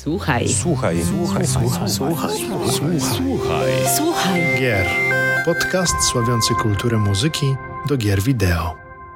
Słuchaj. Słuchaj. Słuchaj. Słuchaj. Słuchaj. Słuchaj. Słuchaj. Gier. Podcast sławiący kulturę muzyki do gier wideo.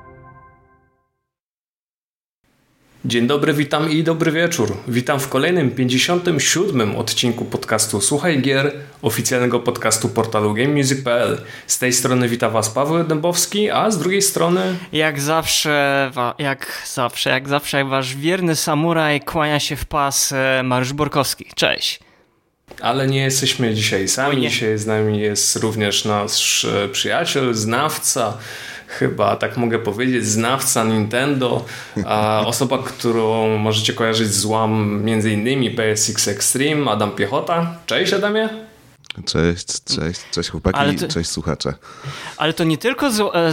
Dzień dobry, witam i dobry wieczór. Witam w kolejnym 57. odcinku podcastu Słuchaj Gier, oficjalnego podcastu portalu GameMusic.pl. Z tej strony wita Was Paweł Dębowski, a z drugiej strony... Jak zawsze, jak wasz wierny samuraj kłania się w pas Mariusz Borkowski. Cześć. Ale nie jesteśmy dzisiaj sami. Dzisiaj z nami jest również nasz przyjaciel, znawca, chyba tak mogę powiedzieć, znawca Nintendo, osoba, którą możecie kojarzyć z łam m.in. PSX Extreme, Adam Piechota. Cześć, Adamie. Cześć chłopaki, cześć słuchacze. Ale to nie tylko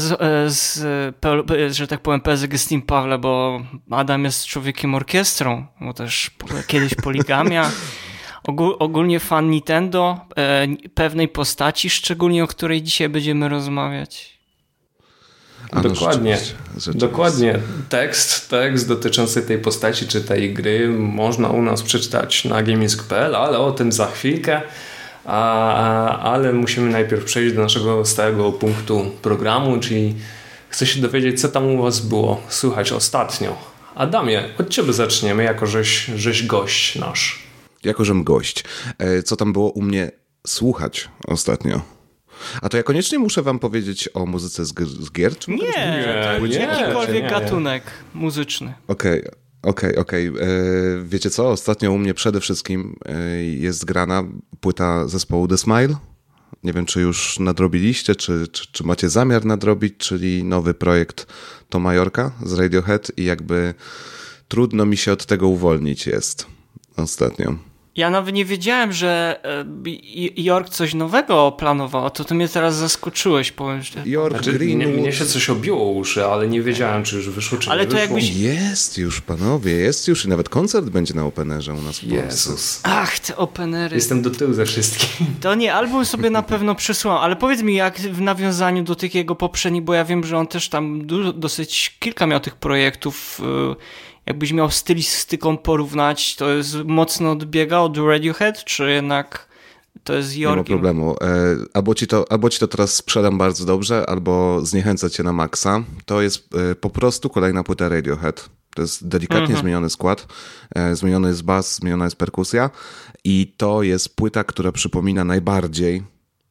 że tak powiem, PSX Extreme, Pawle, bo Adam jest człowiekiem orkiestrą, bo też kiedyś Poligamia. Ogólnie fan Nintendo, pewnej postaci, szczególnie o której dzisiaj będziemy rozmawiać. Dokładnie. Dokładnie. Tekst dotyczący tej postaci czy tej gry można u nas przeczytać na GameMusic.pl, ale o tym za chwilkę. Ale musimy najpierw przejść do naszego stałego punktu programu, czyli chcę się dowiedzieć, co tam u Was było słychać ostatnio. Adamie, od Ciebie zaczniemy, jako żeś gość nasz. Jako żem gość. Co tam było u mnie słuchać ostatnio? A to ja koniecznie muszę wam powiedzieć o muzyce z gier? Czy nie, jakikolwiek gatunek muzyczny. Okej. Wiecie co? Ostatnio u mnie przede wszystkim jest grana płyta zespołu The Smile. Nie wiem, czy już nadrobiliście, czy macie zamiar nadrobić, czyli nowy projekt Toma Yorka z Radiohead i jakby trudno mi się od tego uwolnić jest ostatnio. Ja nawet nie wiedziałem, że York coś nowego planował, to ty mnie teraz zaskoczyłeś, powiem. York Greenwood. Mnie się coś obiło uszy, ale nie wiedziałem, czy już wyszło, czy ale nie to wyszło. Jest już, panowie, jest już i nawet koncert będzie na Openerze u nas w Polsce. Jezus. Ach, te Openery. Jestem do tyłu ze wszystkim. To nie, album sobie na pewno przysłał, ale powiedz mi, jak w nawiązaniu do tych jego poprzednich, bo ja wiem, że on też tam dosyć kilka miał tych projektów. Jakbyś miał stylistyką porównać, to jest mocno odbiega od Radiohead, czy jednak to jest Yorkiem? Nie ma problemu. Albo ci to teraz sprzedam bardzo dobrze, albo zniechęcę cię na maksa. To jest po prostu kolejna płyta Radiohead. To jest delikatnie zmieniony skład. Zmieniony jest bas, zmieniona jest perkusja i to jest płyta, która przypomina najbardziej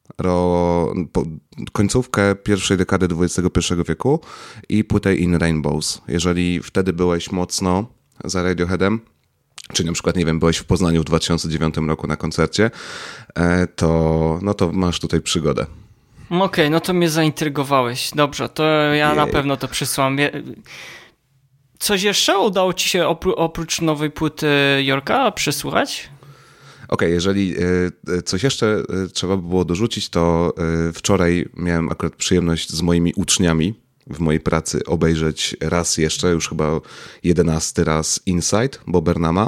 końcówkę pierwszej dekady XXI wieku i płytę In Rainbows. Jeżeli wtedy byłeś mocno za Radioheadem, czy na przykład, nie wiem, byłeś w Poznaniu w 2009 roku na koncercie, to masz tutaj przygodę. Okej, no to mnie zaintrygowałeś. Dobrze, to ja na pewno to przysłam. Coś jeszcze udało ci się oprócz nowej płyty Yorka przysłuchać? Okej, jeżeli coś jeszcze trzeba by było dorzucić, to wczoraj miałem akurat przyjemność z moimi uczniami w mojej pracy obejrzeć raz jeszcze, już chyba 11 raz Inside Bobernama,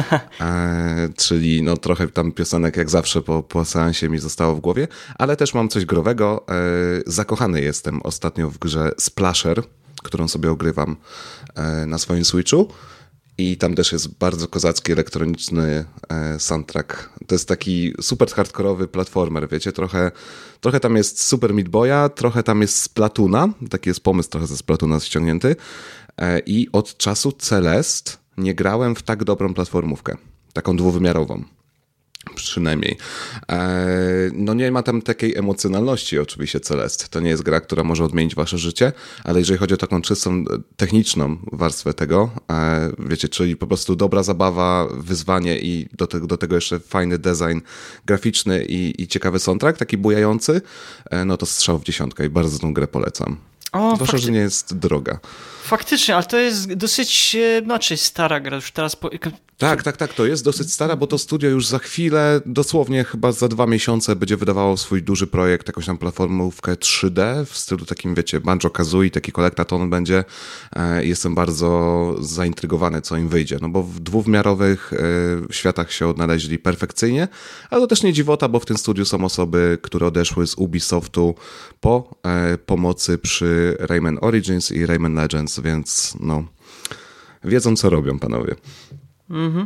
czyli no trochę tam piosenek jak zawsze po seansie mi zostało w głowie, ale też mam coś growego. Zakochany jestem ostatnio w grze Splasher, którą sobie ogrywam na swoim Switchu. I tam też jest bardzo kozacki elektroniczny soundtrack. To jest taki super hardkorowy platformer, wiecie? Trochę tam jest Super Meat Boya, trochę tam jest Splatoona. Taki jest pomysł trochę ze Splatoona ściągnięty. I od czasu Celeste nie grałem w tak dobrą platformówkę. Taką dwuwymiarową. Przynajmniej. No nie ma tam takiej emocjonalności oczywiście Celeste. To nie jest gra, która może odmienić wasze życie, ale jeżeli chodzi o taką czystą techniczną warstwę tego, wiecie, czyli po prostu dobra zabawa, wyzwanie i do tego jeszcze fajny design graficzny i ciekawy soundtrack, taki bujający, no to strzał w dziesiątkę i bardzo tą grę polecam. Zwłaszcza, że nie jest droga. Faktycznie, ale to jest dosyć stara gra. Już teraz Tak, to jest dosyć stara, bo to studio już za chwilę, dosłownie chyba za 2 miesiące będzie wydawało swój duży projekt, jakąś tam platformówkę 3D w stylu takim, wiecie, Banjo-Kazooie, taki kolektaton będzie. Jestem bardzo zaintrygowany, co im wyjdzie, no bo w dwuwymiarowych światach się odnaleźli perfekcyjnie, ale to też nie dziwota, bo w tym studiu są osoby, które odeszły z Ubisoftu po pomocy przy Rayman Origins i Rayman Legends, więc no wiedzą, co robią panowie.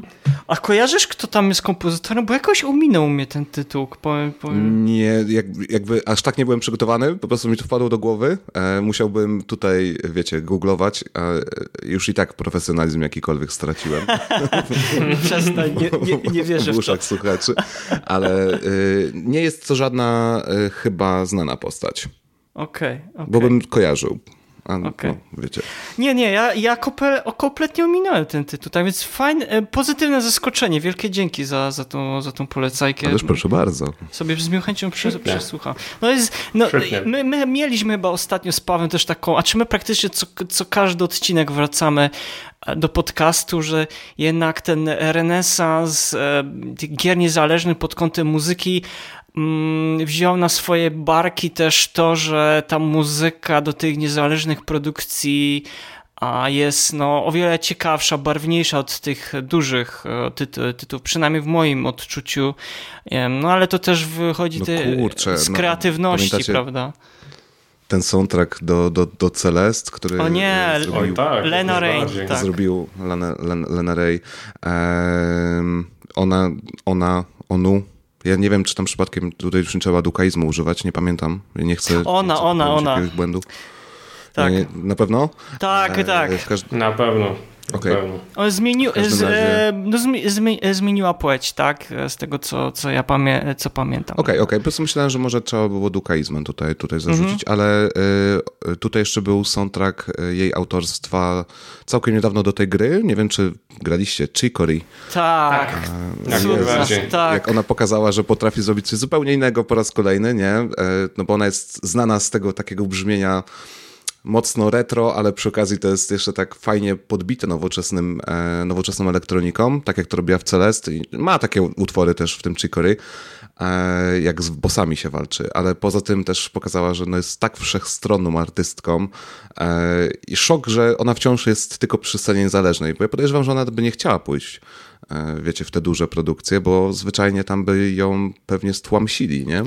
A kojarzysz, kto tam jest kompozytorem? Bo jakoś ominął mnie ten tytuł. Powiem. Nie, jakby aż tak nie byłem przygotowany, po prostu mi to wpadło do głowy. Musiałbym tutaj, wiecie, googlować, a już i tak profesjonalizm jakikolwiek straciłem. Przestań, nie wierzę w uszach słuchaczy. Ale nie jest to żadna chyba znana postać. Okej. Bo bym kojarzył. Okay. No, wiecie. Nie, ja kompletnie ominąłem ten tytuł, tak więc fajne, pozytywne zaskoczenie, wielkie dzięki za tą polecajkę. Ależ proszę bardzo. Sobie z miłą chęcią przesłucham. My mieliśmy chyba ostatnio z Pawłem też taką, a czy my praktycznie co każdy odcinek wracamy do podcastu, że jednak ten renesans tych gier niezależnych pod kątem muzyki wziął na swoje barki też to, że ta muzyka do tych niezależnych produkcji jest o wiele ciekawsza, barwniejsza od tych dużych tytułów, przynajmniej w moim odczuciu. Ale to też wychodzi z kreatywności, prawda? Ten soundtrack do Celeste, który zrobił Lena Ray. Tak. Zrobił Lena Ray. Onu. Ja nie wiem, czy tam przypadkiem tutaj już nie trzeba dukaizmu używać, nie pamiętam. Nie chcę ona. jakiegoś błędu. Tak. Na pewno? Tak. Na pewno. Okay. Zmieniła płeć, tak? Z tego, co ja pamiętam. Okej. Po prostu myślałem, że może trzeba było dukaizmem tutaj zarzucić, ale tutaj jeszcze był soundtrack jej autorstwa całkiem niedawno do tej gry. Nie wiem, czy graliście Chicory. Tak. Jak ona pokazała, że potrafi zrobić coś zupełnie innego po raz kolejny, nie? No bo ona jest znana z tego takiego brzmienia mocno retro, ale przy okazji to jest jeszcze tak fajnie podbite nowoczesną elektroniką, tak jak to robiła w Celeste. I ma takie utwory też w tym Chicory, jak z bossami się walczy, ale poza tym też pokazała, że jest tak wszechstronną artystką i szok, że ona wciąż jest tylko przy scenie niezależnej, bo ja podejrzewam, że ona by nie chciała pójść w te duże produkcje, bo zwyczajnie tam by ją pewnie stłamsili, nie?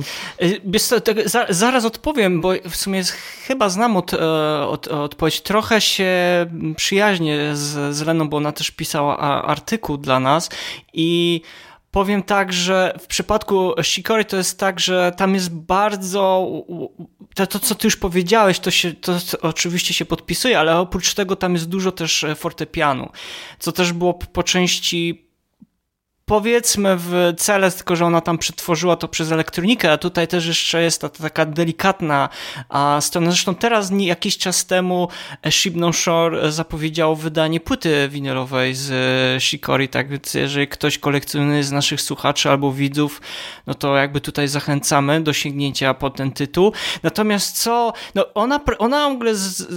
Zaraz odpowiem, bo w sumie chyba znam odpowiedź. Trochę się przyjaźnię z Leną, bo ona też pisała artykuł dla nas i powiem tak, że w przypadku Chicory to jest tak, że tam jest bardzo... To co ty już powiedziałeś, to oczywiście się podpisuje, ale oprócz tego tam jest dużo też fortepianu, co też było po części powiedzmy w Celeste, tylko że ona tam przetworzyła to przez elektronikę, a tutaj też jeszcze jest ta taka delikatna strona. Zresztą teraz jakiś czas temu Shibnon Shore zapowiedział wydanie płyty winylowej z Chicory, tak więc jeżeli ktoś kolekcjonuje z naszych słuchaczy albo widzów, no to jakby tutaj zachęcamy do sięgnięcia po ten tytuł. Natomiast ona w ogóle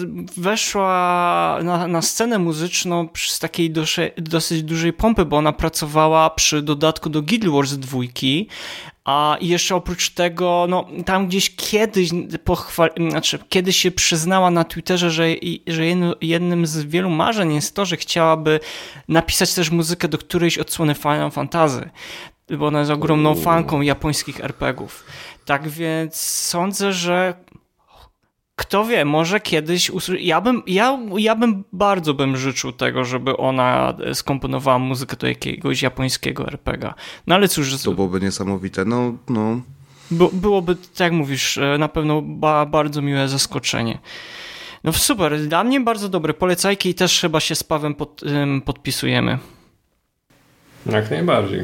weszła na scenę muzyczną z takiej dosyć dużej pompy, bo ona pracowała przy dodatku do Guild Wars 2, a jeszcze oprócz tego, tam gdzieś kiedyś się przyznała na Twitterze, że jednym z wielu marzeń jest to, że chciałaby napisać też muzykę do którejś odsłony Final Fantasy, bo ona jest ogromną fanką japońskich RPGów. Tak więc sądzę, że kto wie, może kiedyś ja bardzo bym życzył tego, żeby ona skomponowała muzykę do jakiegoś japońskiego RPG. No ale cóż... To byłoby niesamowite, no. Byłoby, tak jak mówisz, na pewno bardzo miłe zaskoczenie. No super, dla mnie bardzo dobre polecajki i też chyba się z Pawłem podpisujemy. Jak najbardziej.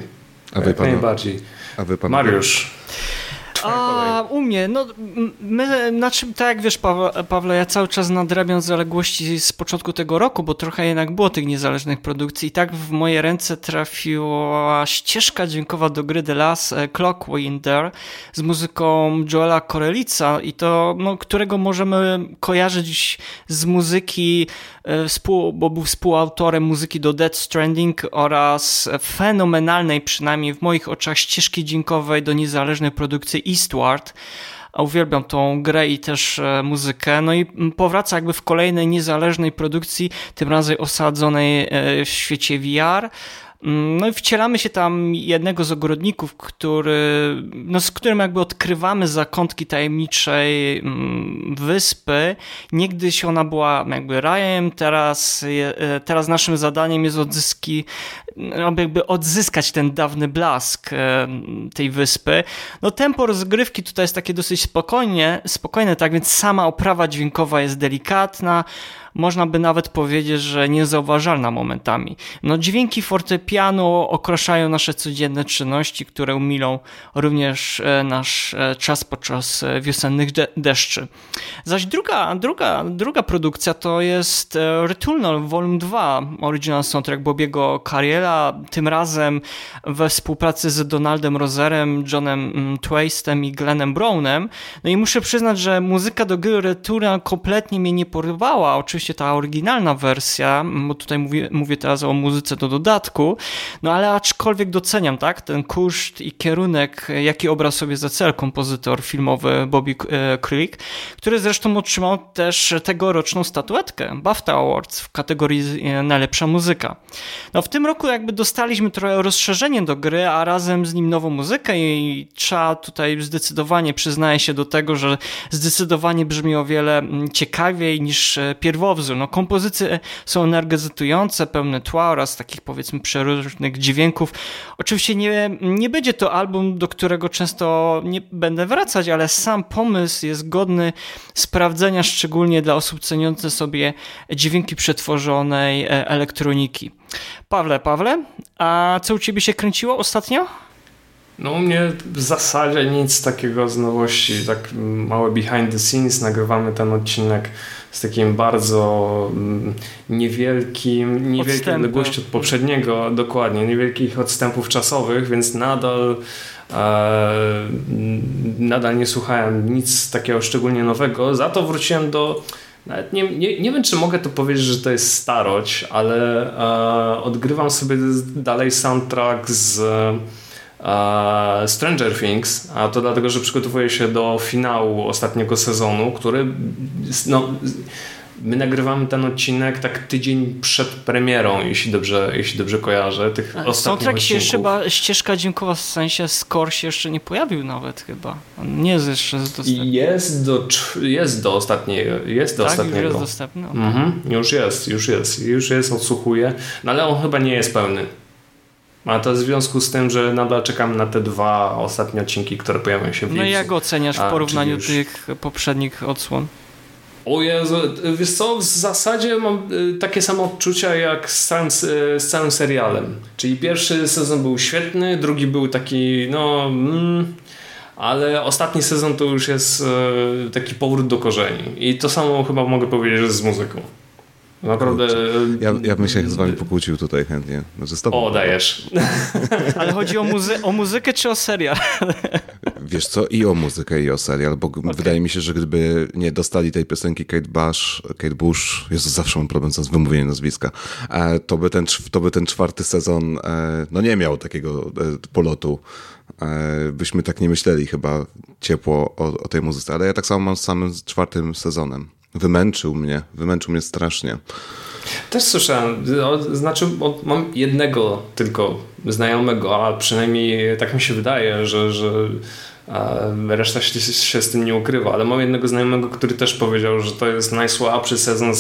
A wy pan? Mariusz. U mnie, tak jak wiesz, Pawle, ja cały czas nadrabiam zaległości z początku tego roku, bo trochę jednak było tych niezależnych produkcji i tak w moje ręce trafiła ścieżka dźwiękowa do gry The Last Clockwinder z muzyką Joela Corellica i to, którego możemy kojarzyć z muzyki, bo był współautorem muzyki do Death Stranding oraz fenomenalnej, przynajmniej w moich oczach, ścieżki dźwiękowej do niezależnej produkcji Eastward. Uwielbiam tą grę i też muzykę. No i powraca jakby w kolejnej niezależnej produkcji, tym razem osadzonej w świecie VR. No i wcielamy się tam jednego z ogrodników, z którym jakby odkrywamy zakątki tajemniczej wyspy. Niegdyś ona była jakby rajem, teraz naszym zadaniem jest odzyskać ten dawny blask tej wyspy. No tempo rozgrywki tutaj jest takie dosyć spokojne, tak więc sama oprawa dźwiękowa jest delikatna, można by nawet powiedzieć, że niezauważalna momentami. No dźwięki fortepianu okraszają nasze codzienne czynności, które umilą również nasz czas podczas wiosennych deszczy. Zaś druga produkcja to jest Returnal Volume 2, Original Soundtrack Bobiego Carriela, tym razem we współpracy z Donaldem Roserem, Johnem Twistem i Glennem Brownem. No i muszę przyznać, że muzyka do gry Returnal kompletnie mnie nie porywała. Oczywiście ta oryginalna wersja, bo tutaj mówię teraz o muzyce do dodatku, no ale aczkolwiek doceniam, tak, ten koszt i kierunek, jaki obrał sobie za cel kompozytor filmowy Bobby Krieg, który zresztą otrzymał też tegoroczną statuetkę BAFTA Awards w kategorii najlepsza muzyka. No w tym roku jakby dostaliśmy trochę rozszerzenie do gry, a razem z nim nową muzykę i trzeba tutaj zdecydowanie przyznaję się do tego, że zdecydowanie brzmi o wiele ciekawiej niż pierwowzór. No, kompozycje są energetyzujące, pełne tła oraz takich powiedzmy przeróżnych dźwięków. Oczywiście nie będzie to album, do którego często nie będę wracać, ale sam pomysł jest godny sprawdzenia, szczególnie dla osób ceniących sobie dźwięki przetworzonej elektroniki. Pawle, a co u ciebie się kręciło ostatnio? No u mnie w zasadzie nic takiego z nowości, tak małe behind the scenes, nagrywamy ten odcinek z takim bardzo niewielkiej odległości od poprzedniego, dokładnie, niewielkich odstępów czasowych, więc nadal nie słuchałem nic takiego szczególnie nowego, za to wróciłem do nawet nie wiem, czy mogę to powiedzieć, że to jest starość, ale odgrywam sobie dalej soundtrack z Stranger Things, a to dlatego, że przygotowuję się do finału ostatniego sezonu, który my nagrywamy ten odcinek tak tydzień przed premierą, jeśli dobrze kojarzę. Soundtrack się jeszcze chyba, ścieżka dźwiękowa w sensie score się jeszcze nie pojawił nawet chyba. On nie jest jeszcze dostępny. Jest do ostatniego. Tak, już jest dostępny? Okay. Już jest, odsłuchuję, no ale on chyba nie jest pełny. A to w związku z tym, że nadal czekam na te 2 ostatnie odcinki, które pojawią się w lipcu. No i jak oceniasz w porównaniu tych poprzednich odsłon? O Jezu, wiesz co, w zasadzie mam takie same odczucia jak z całym serialem. Czyli pierwszy sezon był świetny, drugi był taki, ale ostatni sezon to już jest taki powrót do korzeni. I to samo chyba mogę powiedzieć z muzyką. Naprawdę. Ja bym się z wami pokłócił tutaj chętnie. Znaczy z tobą. O, dajesz. Ale chodzi o muzykę czy o serial? Wiesz co, i o muzykę, i o serial, bo wydaje mi się, że gdyby nie dostali tej piosenki Kate Bush, Jezu, zawsze mam problem z wymówieniem nazwiska, to by ten 4. sezon nie miał takiego polotu. Byśmy tak nie myśleli chyba ciepło o tej muzyce, ale ja tak samo mam z samym 4. sezonem. Wymęczył mnie strasznie. Też słyszałem, mam jednego tylko znajomego, a przynajmniej tak mi się wydaje, że reszta się z tym nie ukrywa, ale mam jednego znajomego, który też powiedział, że to jest najsłabszy sezon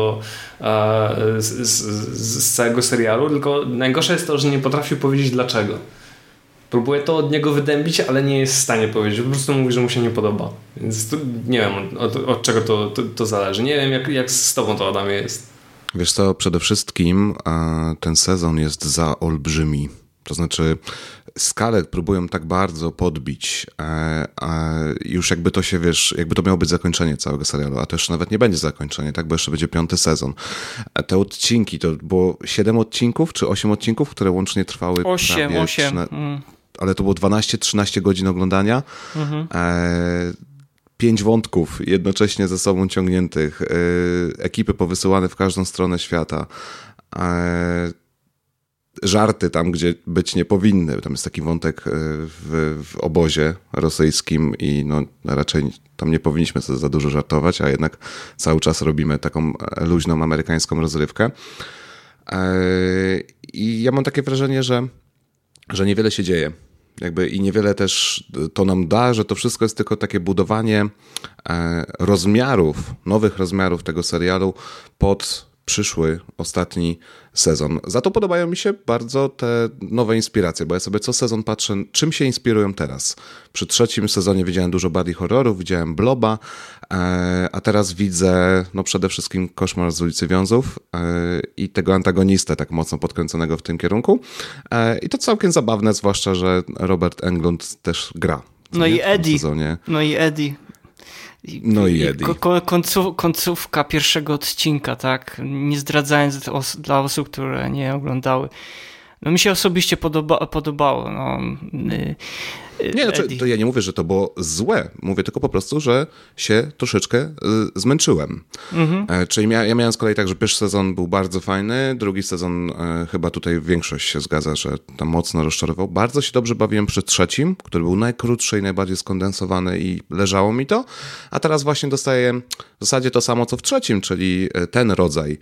z całego serialu, tylko najgorsze jest to, że nie potrafił powiedzieć dlaczego. Próbuję to od niego wydębić, ale nie jest w stanie powiedzieć. Po prostu mówi, że mu się nie podoba. Więc nie wiem od czego to zależy. Nie wiem jak z tobą to, Adamie, jest. Wiesz co, przede wszystkim ten sezon jest za olbrzymi. To znaczy skalę próbują tak bardzo podbić, już jakby to się, jakby to miało być zakończenie całego serialu, a to już nawet nie będzie zakończenie, tak, bo jeszcze będzie 5. sezon. Te odcinki, to było 7 odcinków, czy 8 odcinków, które łącznie trwały 8. Ale to było 12-13 godzin oglądania. 5 wątków jednocześnie ze sobą ciągniętych, ekipy powysyłane w każdą stronę świata, żarty tam, gdzie być nie powinny. Tam jest taki wątek w obozie rosyjskim i raczej tam nie powinniśmy za dużo żartować, a jednak cały czas robimy taką luźną amerykańską rozrywkę. I ja mam takie wrażenie, że niewiele się dzieje. Jakby i niewiele też to nam da, że to wszystko jest tylko takie budowanie nowych rozmiarów tego serialu pod przyszły, ostatni sezon. Za to podobają mi się bardzo te nowe inspiracje, bo ja sobie co sezon patrzę, czym się inspirują teraz. Przy trzecim sezonie widziałem dużo body horrorów, widziałem Bloba, a teraz widzę przede wszystkim Koszmar z ulicy Wiązów i tego antagonistę tak mocno podkręconego w tym kierunku. I to całkiem zabawne, zwłaszcza, że Robert Englund też gra. No i Eddie. Końcówka pierwszego odcinka, tak? Nie zdradzając dla osób, które nie oglądały. No mi się osobiście podobało. Nie, to ja nie mówię, że to było złe. Mówię tylko po prostu, że się troszeczkę zmęczyłem. Czyli ja miałem z kolei tak, że pierwszy sezon był bardzo fajny, drugi sezon chyba tutaj większość się zgadza, że tam mocno rozczarował. Bardzo się dobrze bawiłem przy trzecim, który był najkrótszy i najbardziej skondensowany i leżało mi to. A teraz właśnie dostaję w zasadzie to samo, co w trzecim, czyli ten rodzaj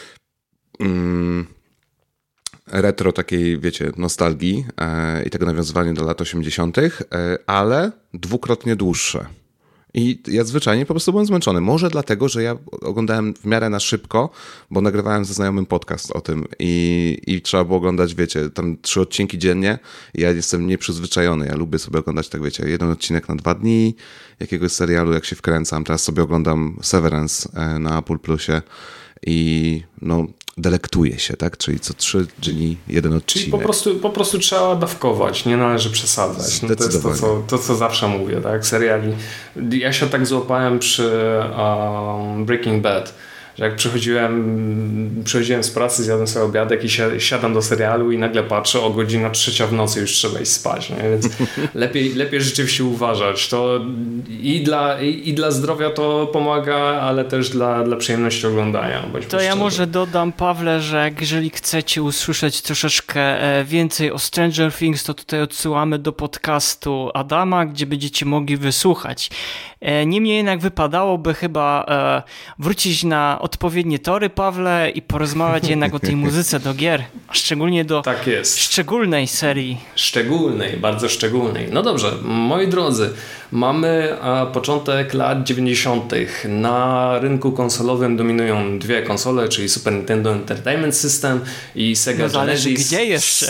retro takiej, wiecie, nostalgii i tego nawiązywania do lat 80., ale dwukrotnie dłuższe. I ja zwyczajnie po prostu byłem zmęczony. Może dlatego, że ja oglądałem w miarę na szybko, bo nagrywałem ze znajomym podcast o tym i trzeba było oglądać, wiecie, tam 3 odcinki dziennie. Ja jestem nieprzyzwyczajony. Ja lubię sobie oglądać tak, wiecie, 1 odcinek na 2 dni jakiegoś serialu, jak się wkręcam. Teraz sobie oglądam Severance na Apple Plusie i delektuję się, tak? Czyli co 3 dni 1 odcinek. Czyli po prostu trzeba dawkować, nie należy przesadzać. To jest to, co zawsze mówię, tak? Seriali. Ja się tak złapałem przy Breaking Bad, że jak przychodziłem z pracy, zjadłem sobie obiadek i siadam do serialu i nagle patrzę, o godzina 3 w nocy już trzeba iść spać, nie? Więc lepiej rzeczywiście uważać. To i dla zdrowia to pomaga, ale też dla przyjemności oglądania. To ja może dodam, Pawle, że jeżeli chcecie usłyszeć troszeczkę więcej o Stranger Things, to tutaj odsyłamy do podcastu Adama, gdzie będziecie mogli wysłuchać. Niemniej jednak wypadałoby chyba wrócić na odpowiednie tory, Pawle, i porozmawiać jednak o tej muzyce do gier, a szczególnie do szczególnej serii. Bardzo szczególnej. No dobrze, moi drodzy, mamy początek lat 90. Na rynku konsolowym dominują 2 konsole, czyli Super Nintendo Entertainment System i Sega Genesis. Gdzie jeszcze?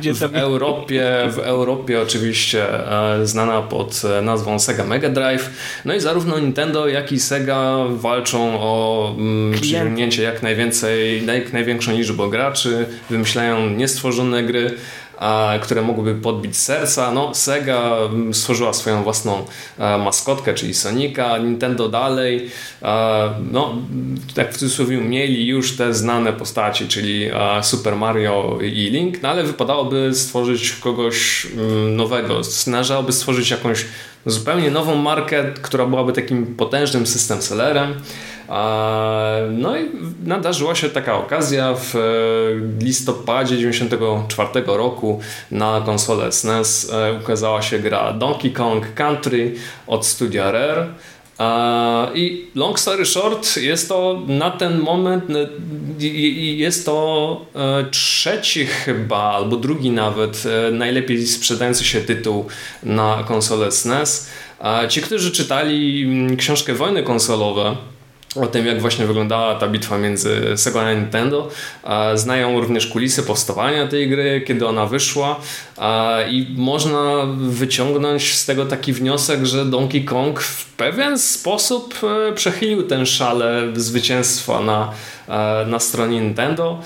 W Europie oczywiście znana pod nazwą Sega Mega Drive. No i zarówno Nintendo, jak i Sega walczą o przyciągnięcie jak największą liczbę graczy, wymyślają niestworzone gry, które mogłyby podbić serca. Sega stworzyła swoją własną maskotkę, czyli Sonika, Nintendo dalej. Tak w cudzysłowie mieli już te znane postaci, czyli Super Mario i Link, ale wypadałoby stworzyć kogoś nowego. Należałoby stworzyć jakąś zupełnie nową markę, która byłaby takim potężnym system sellerem. No i nadarzyła się taka okazja w listopadzie 1994 roku na konsolę SNES ukazała się gra Donkey Kong Country od studia Rare. I long story short, jest to na ten moment jest to 3. chyba, albo 2. nawet najlepiej sprzedający się tytuł na konsolę SNES. Ci, którzy czytali książkę Wojny konsolowe, o tym, jak właśnie wyglądała ta bitwa między Sega a Nintendo, znają również kulisy powstawania tej gry, kiedy ona wyszła, i można wyciągnąć z tego taki wniosek, że Donkey Kong w pewien sposób przechylił ten szale zwycięstwa na stronie Nintendo.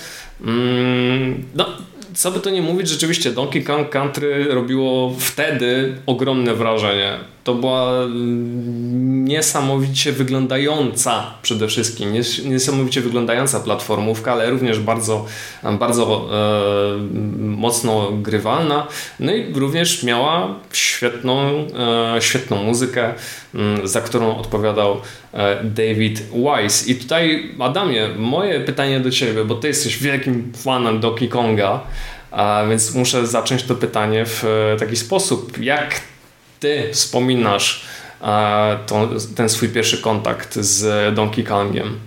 Co by to nie mówić, rzeczywiście Donkey Kong Country robiło wtedy ogromne wrażenie. To była niesamowicie wyglądająca, przede wszystkim niesamowicie wyglądająca platformówka, ale również bardzo, bardzo mocno grywalna. No i również miała świetną muzykę, za którą odpowiadał David Wise. I tutaj, Adamie, moje pytanie do Ciebie, bo Ty jesteś wielkim fanem Donkey Konga, więc muszę zacząć to pytanie w taki sposób. Jak Ty wspominasz ten swój pierwszy kontakt z Donkey Kongiem?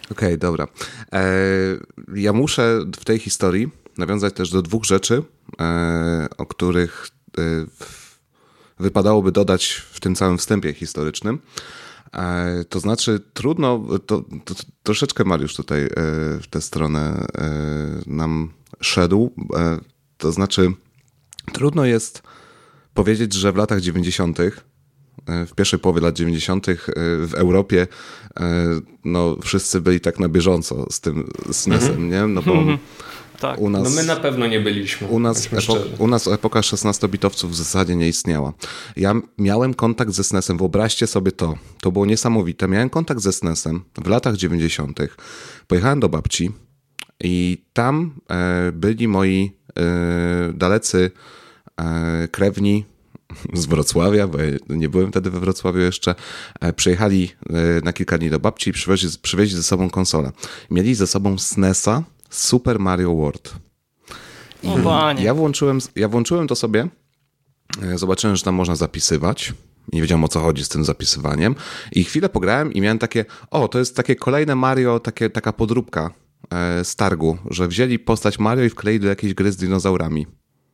Okej, dobra. Ja muszę w tej historii nawiązać też do dwóch rzeczy, o których wypadałoby dodać w tym całym wstępie historycznym. To znaczy trudno, to troszeczkę Mariusz tutaj w tę stronę nam szedł, to znaczy trudno jest powiedzieć, że w latach 90., w pierwszej połowie lat 90. w Europie no, wszyscy byli tak na bieżąco z tym SNES-em, nie? No bo tak. U nas, no my na pewno nie byliśmy. U nas epoka 16-bitowców w zasadzie nie istniała. Ja miałem kontakt ze SNES-em, wyobraźcie sobie to było niesamowite. Miałem kontakt ze SNES-em w latach 90. Pojechałem do babci i tam byli moi dalecy krewni z Wrocławia, bo ja nie byłem wtedy we Wrocławiu jeszcze, przyjechali na kilka dni do babci i przywieźli ze sobą konsolę. Mieli ze sobą SNES-a Super Mario World. I ja włączyłem to sobie, zobaczyłem, że tam można zapisywać. Nie wiedziałem, o co chodzi z tym zapisywaniem. I chwilę pograłem i miałem takie, to jest takie kolejne Mario, taka podróbka z targu, że wzięli postać Mario i wkleili do jakiejś gry z dinozaurami.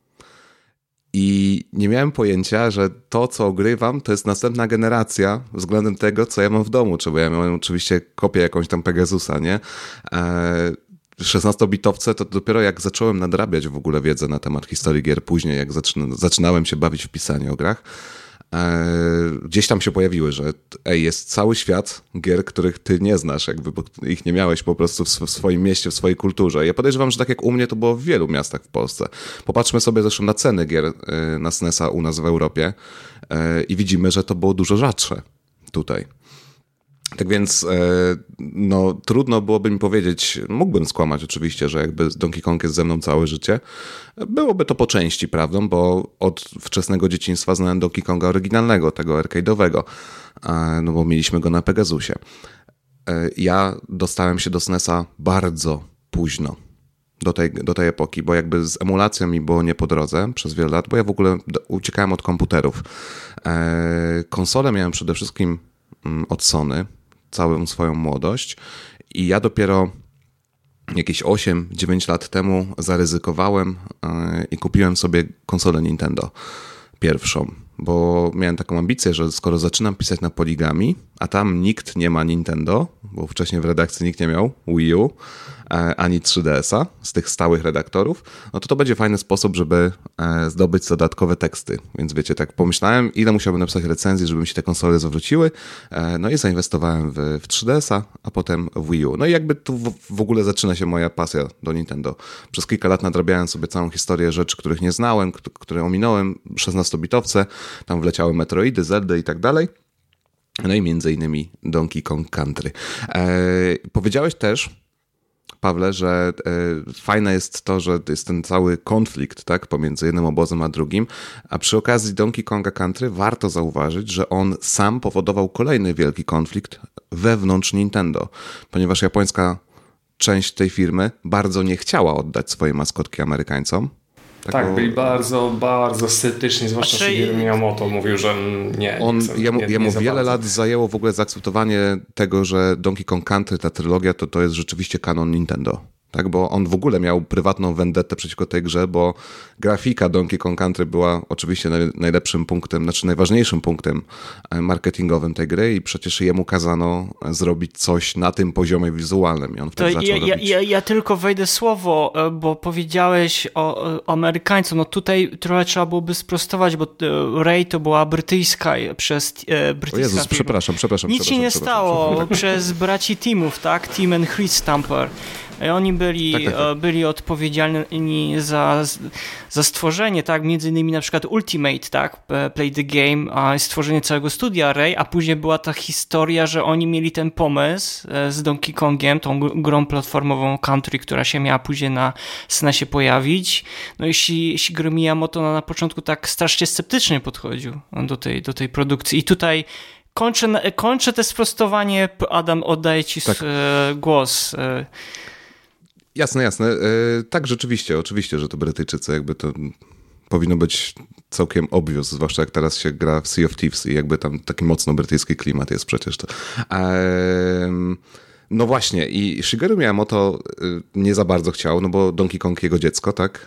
I nie miałem pojęcia, że to, co ogrywam, to jest następna generacja względem tego, co ja mam w domu. Bo ja miałem oczywiście kopię jakąś tam Pegasusa, nie? 16-bitowce to dopiero jak zacząłem nadrabiać w ogóle wiedzę na temat historii gier później, jak zaczynałem się bawić w pisanie o grach, gdzieś tam się pojawiły, że jest cały świat gier, których ty nie znasz, jakby, bo ich nie miałeś po prostu w swoim mieście, w swojej kulturze. Ja podejrzewam, że tak jak u mnie to było w wielu miastach w Polsce. Popatrzmy sobie zresztą na ceny gier na SNES-a u nas w Europie i widzimy, że to było dużo rzadsze tutaj. Tak więc no, trudno byłoby mi powiedzieć, mógłbym skłamać oczywiście, że jakby Donkey Kong jest ze mną całe życie. Byłoby to po części prawdą, bo od wczesnego dzieciństwa znałem Donkey Konga oryginalnego, tego arcade'owego, no bo mieliśmy go na Pegasusie. Ja dostałem się do SNES-a bardzo późno. Do tej epoki, bo jakby z emulacją mi było nie po drodze przez wiele lat, bo ja w ogóle uciekałem od komputerów. Konsolę miałem przede wszystkim od Sony, całą swoją młodość i ja dopiero jakieś 8-9 lat temu zaryzykowałem i kupiłem sobie konsolę Nintendo pierwszą, bo miałem taką ambicję, że skoro zaczynam pisać na Poligami, a tam nikt nie ma Nintendo, bo wcześniej w redakcji nikt nie miał Wii U, ani 3DS-a z tych stałych redaktorów, no to będzie fajny sposób, żeby zdobyć dodatkowe teksty. Więc wiecie, tak pomyślałem, ile musiałbym napisać recenzji, żeby mi się te konsole zwróciły, no i zainwestowałem w 3DS-a, a potem w Wii U. No i jakby tu w ogóle zaczyna się moja pasja do Nintendo. Przez kilka lat nadrabiałem sobie całą historię rzeczy, których nie znałem, które ominąłem, 16-bitowce, tam wleciały Metroidy, Zelda i tak dalej. No i między innymi Donkey Kong Country. Powiedziałeś też, Pawle, że fajne jest to, że jest ten cały konflikt, tak, pomiędzy jednym obozem a drugim, a przy okazji Donkey Konga Country warto zauważyć, że on sam powodował kolejny wielki konflikt wewnątrz Nintendo, ponieważ japońska część tej firmy bardzo nie chciała oddać swojej maskotki Amerykańcom. Tak, byli bardzo, bardzo sceptyczni, zwłaszcza Shigeru Miyamoto mówił, że nie. Jemu wiele lat zajęło w ogóle zaakceptowanie tego, że Donkey Kong Country, ta trylogia, to jest rzeczywiście kanon Nintendo. Tak, bo on w ogóle miał prywatną vendettę przeciwko tej grze, bo grafika Donkey Kong Country była oczywiście najlepszym punktem, znaczy najważniejszym punktem marketingowym tej gry i przecież jemu kazano zrobić coś na tym poziomie wizualnym i on wtedy zaczął robić. Ja tylko wejdę słowo, bo powiedziałeś o Amerykańcom, no tutaj trochę trzeba byłoby sprostować, bo Ray to była brytyjska O Jezus, przepraszam. Nic się nie stało przez braci Timów, tak? Tim and Chris Stamper. Oni byli odpowiedzialni za stworzenie, tak, między innymi na przykład Ultimate, tak, Play the Game, a stworzenie całego studia Ray, a później była ta historia, że oni mieli ten pomysł z Donkey Kongiem, tą grą platformową Country, która się miała później na SNESie pojawić. No i Shigeru Miyamoto na początku tak strasznie sceptycznie podchodził do tej produkcji. I tutaj kończę te sprostowanie. Adam, oddaję ci głos. Jasne. Tak, rzeczywiście, oczywiście, że to Brytyjczycy, jakby to powinno być całkiem obvious, zwłaszcza jak teraz się gra w Sea of Thieves i jakby tam taki mocno brytyjski klimat jest przecież to. No właśnie, i Shigeru Miyamoto nie za bardzo chciał, no bo Donkey Kong jego dziecko, tak?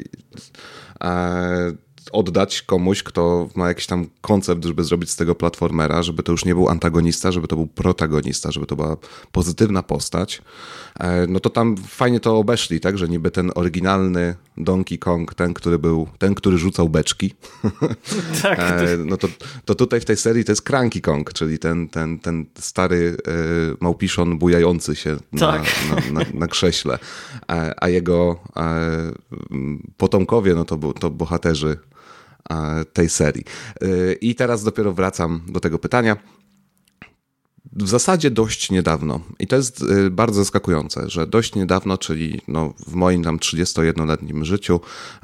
Oddać komuś, kto ma jakiś tam koncept, żeby zrobić z tego platformera, żeby to już nie był antagonista, żeby to był protagonista, żeby to była pozytywna postać, no to tam fajnie to obeszli, tak, że niby ten oryginalny Donkey Kong, ten, który rzucał beczki, tak, no to tutaj w tej serii to jest Cranky Kong, czyli ten stary małpiszon bujający się na krześle, a jego potomkowie, no to bohaterzy tej serii. I teraz dopiero wracam do tego pytania. W zasadzie dość niedawno, i to jest bardzo zaskakujące, że dość niedawno, czyli no w moim tam 31-letnim życiu,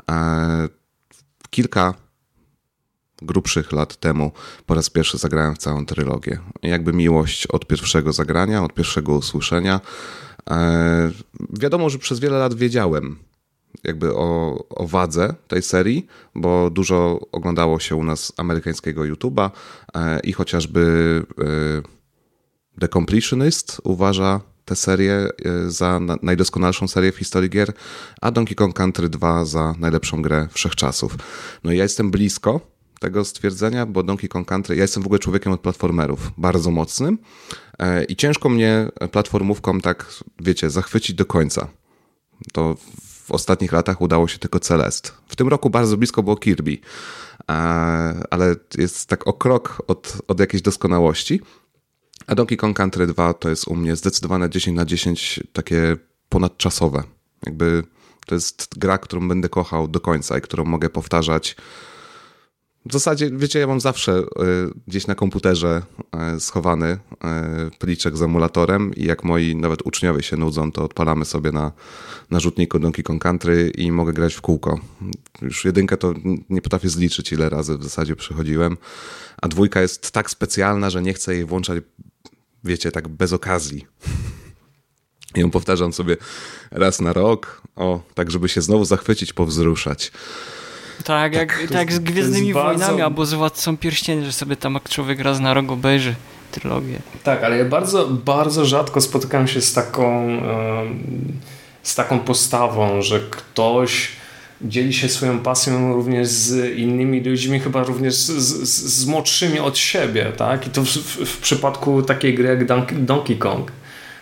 kilka grubszych lat temu po raz pierwszy zagrałem w całą trylogię. Jakby miłość od pierwszego zagrania, od pierwszego usłyszenia. Wiadomo, że przez wiele lat wiedziałem jakby o wadze tej serii, bo dużo oglądało się u nas amerykańskiego YouTube'a i chociażby The Completionist uważa tę serię za najdoskonalszą serię w historii gier, a Donkey Kong Country 2 za najlepszą grę wszechczasów. No i ja jestem blisko tego stwierdzenia, bo Donkey Kong Country, ja jestem w ogóle człowiekiem od platformerów, bardzo mocnym i ciężko mnie platformówką tak, wiecie, zachwycić do końca. To w ostatnich latach udało się tylko Celeste. W tym roku bardzo blisko było Kirby, ale jest tak o krok od jakiejś doskonałości. A Donkey Kong Country 2 to jest u mnie zdecydowane 10/10 takie ponadczasowe. Jakby to jest gra, którą będę kochał do końca i którą mogę powtarzać. W zasadzie, wiecie, ja mam zawsze gdzieś na komputerze schowany pliczek z emulatorem i jak moi nawet uczniowie się nudzą, to odpalamy sobie na rzutniku Donkey Kong Country i mogę grać w kółko. Już jedynkę to nie potrafię zliczyć, ile razy w zasadzie przychodziłem, a dwójka jest tak specjalna, że nie chcę jej włączać, wiecie, tak bez okazji. I ją powtarzam sobie raz na rok, tak żeby się znowu zachwycić, powzruszać. Tak, jak z Gwiezdnymi Wojnami albo z Władcą Pierścieni, że sobie tam jak człowiek raz na rok obejrzy trylogię. Tak, ale ja bardzo, bardzo rzadko spotykam się z taką postawą, że ktoś dzieli się swoją pasją również z innymi ludźmi, chyba również z młodszymi od siebie, tak? I to w przypadku takiej gry jak Donkey Kong.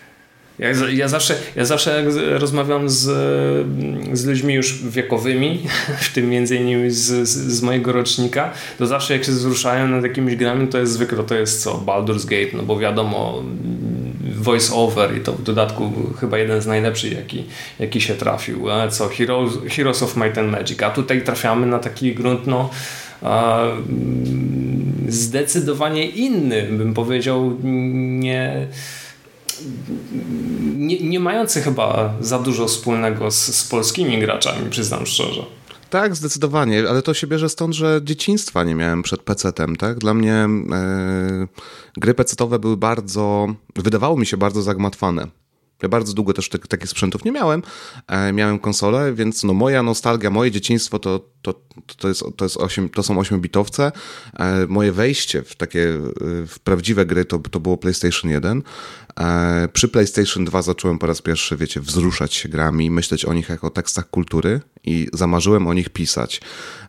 Ja zawsze jak rozmawiam z ludźmi już wiekowymi, w tym między innymi z mojego rocznika, to zawsze jak się wzruszają nad jakimiś grami, to jest zwykle co? Baldur's Gate, no bo wiadomo, voice over i to w dodatku chyba jeden z najlepszych, jaki się trafił. Co? Heroes of Might and Magic. A tutaj trafiamy na taki grunt, zdecydowanie inny, bym powiedział, nie mający chyba za dużo wspólnego z polskimi graczami, przyznam szczerze. Tak, zdecydowanie, ale to się bierze stąd, że dzieciństwa nie miałem przed PC-tem, tak? Dla mnie gry PC-towe były wydawało mi się bardzo zagmatwane. Ja bardzo długo też takich sprzętów nie miałem. Miałem konsolę, więc moja nostalgia, moje dzieciństwo to są 8-bitowce. Moje wejście w prawdziwe gry to było PlayStation 1. Przy PlayStation 2 zacząłem po raz pierwszy, wiecie, wzruszać się grami, myśleć o nich jako o tekstach kultury i zamarzyłem o nich pisać.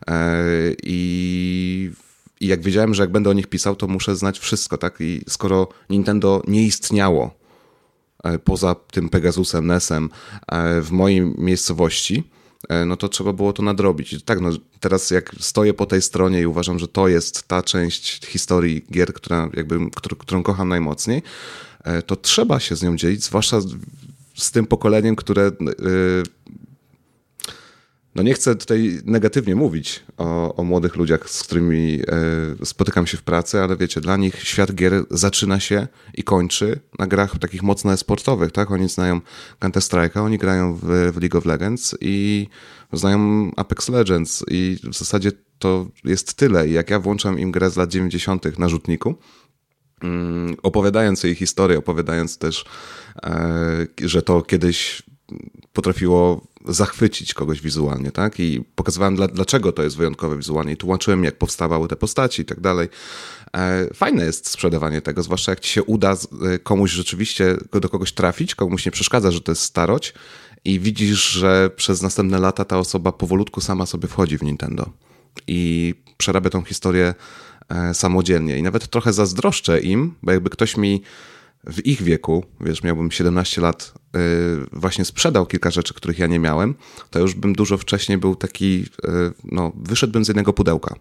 I jak wiedziałem, że jak będę o nich pisał, to muszę znać wszystko, tak? I skoro Nintendo nie istniało poza tym Pegasusem, NES-em w mojej miejscowości, no to trzeba było to nadrobić. I tak, teraz jak stoję po tej stronie i uważam, że to jest ta część historii gier, którą kocham najmocniej, to trzeba się z nią dzielić, zwłaszcza z tym pokoleniem, które... nie chcę tutaj negatywnie mówić o młodych ludziach, z którymi spotykam się w pracy, ale wiecie, dla nich świat gier zaczyna się i kończy na grach takich mocno e-sportowych, tak? Oni znają Counter-Strike'a, oni grają w League of Legends i znają Apex Legends i w zasadzie to jest tyle. I jak ja włączam im grę z lat 90. na rzutniku, opowiadając jej historię, opowiadając też, że to kiedyś potrafiło zachwycić kogoś wizualnie, tak? I pokazywałem, dlaczego to jest wyjątkowe wizualnie i tłumaczyłem, jak powstawały te postaci i tak dalej. Fajne jest sprzedawanie tego, zwłaszcza jak ci się uda komuś rzeczywiście do kogoś trafić, komuś nie przeszkadza, że to jest starość i widzisz, że przez następne lata ta osoba powolutku sama sobie wchodzi w Nintendo i przerabia tą historię samodzielnie. I nawet trochę zazdroszczę im, bo jakby ktoś mi w ich wieku, wiesz, miałbym 17 lat, właśnie sprzedał kilka rzeczy, których ja nie miałem, to już bym dużo wcześniej był taki, wyszedłbym z jednego pudełka.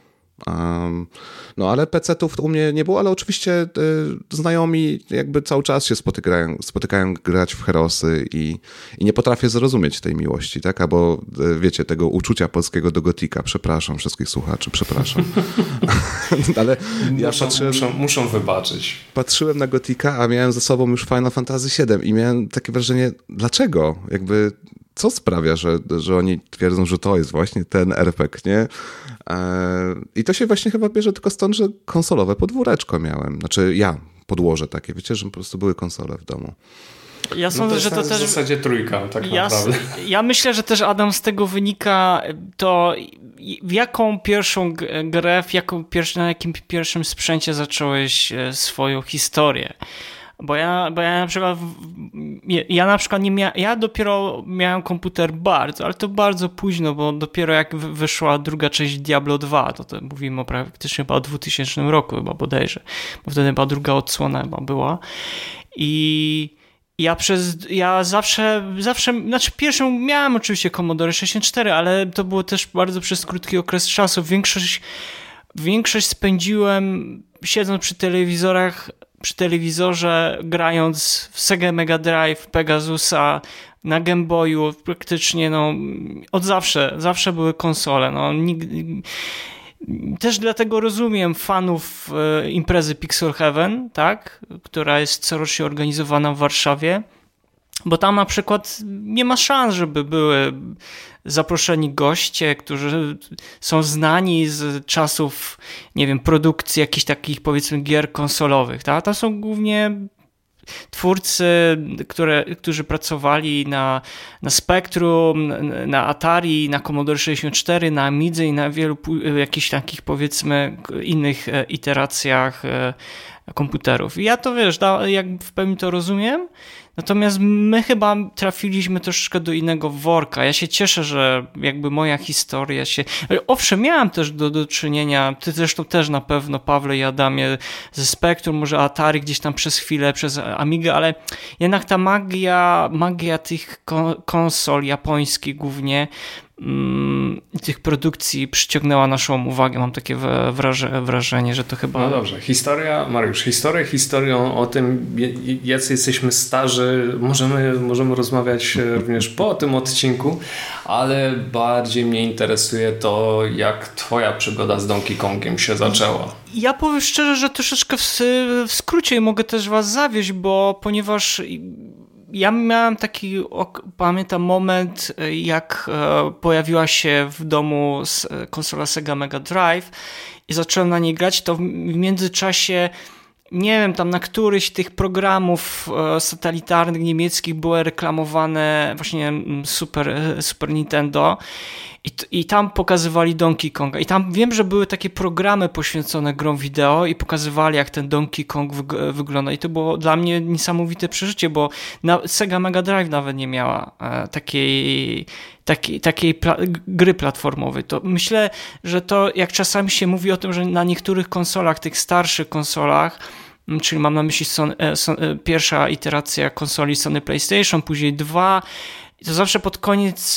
No ale PC-ów u mnie nie było, ale oczywiście znajomi jakby cały czas się spotykają grać w Herosy i nie potrafię zrozumieć tej miłości, tak? Albo wiecie, tego uczucia polskiego do Gotika. Przepraszam wszystkich słuchaczy, przepraszam. Ale ja muszą wybaczyć. Patrzyłem na Gotika, a miałem ze sobą już Final Fantasy VII i miałem takie wrażenie, dlaczego? Jakby co sprawia, że oni twierdzą, że to jest właśnie ten RPG, nie? I to się właśnie chyba bierze tylko stąd, że konsolowe podwóreczko miałem. Znaczy ja, podłoże takie, wiecie, że po prostu były konsole w domu. Ja sądzę, że to też... w zasadzie trójka, tak naprawdę. Ja myślę, że też, Adam, z tego wynika to, w jaką pierwszą grę, na jakim pierwszym sprzęcie zacząłeś swoją historię. Bo ja na przykład nie miałem, ja dopiero miałem komputer ale to bardzo późno, bo dopiero jak wyszła druga część Diablo 2, to mówimy praktycznie chyba o 2000 roku chyba bodajże, bo wtedy chyba druga odsłona chyba była i ja zawsze, znaczy pierwszą miałem oczywiście Commodore 64, ale to było też bardzo przez krótki okres czasu. Większość spędziłem siedząc przy telewizorze, grając w Sega Mega Drive, Pegasusa, na Game Boyu, praktycznie od zawsze były konsole. Też dlatego rozumiem fanów imprezy Pixel Heaven, tak, która jest corocznie organizowana w Warszawie, bo tam na przykład nie ma szans, żeby były zaproszeni goście, którzy są znani z czasów, nie wiem, produkcji jakichś takich, powiedzmy, gier konsolowych. Tak? To są głównie twórcy, którzy pracowali na Spectrum, na Atari, na Commodore 64, na Amidze i na wielu jakichś takich, powiedzmy, innych iteracjach komputerów. I ja to, wiesz, jak w pełni to rozumiem, natomiast my chyba trafiliśmy troszeczkę do innego worka. Ja się cieszę, że jakby moja historia się... Owszem, miałem też do czynienia, ty zresztą też na pewno, Pawle i Adamie, ze Spectrum, może Atari gdzieś tam przez chwilę, przez Amigę, ale jednak ta magia tych konsol japońskich głównie, tych produkcji przyciągnęła naszą uwagę. Mam takie wrażenie, że to chyba... No dobrze, Mariusz, historią o tym, jacy jesteśmy starzy, możemy rozmawiać również po tym odcinku, ale bardziej mnie interesuje to, jak twoja przygoda z Donkey Kongiem się zaczęła. Ja powiem szczerze, że troszeczkę w skrócie mogę też was zawieść, ponieważ ja miałem taki, pamiętam, moment, jak pojawiła się w domu konsola Sega Mega Drive i zacząłem na niej grać, to w międzyczasie, nie wiem, tam na któryś tych programów satelitarnych niemieckich były reklamowane właśnie Super Nintendo i tam pokazywali Donkey Konga. I tam wiem, że były takie programy poświęcone grom wideo i pokazywali, jak ten Donkey Kong wygląda. I to było dla mnie niesamowite przeżycie, bo Sega Mega Drive nawet nie miała takiej gry platformowej. To myślę, że to jak czasami się mówi o tym, że na niektórych konsolach, tych starszych konsolach, czyli mam na myśli pierwsza iteracja konsoli Sony PlayStation, później 2, to zawsze pod koniec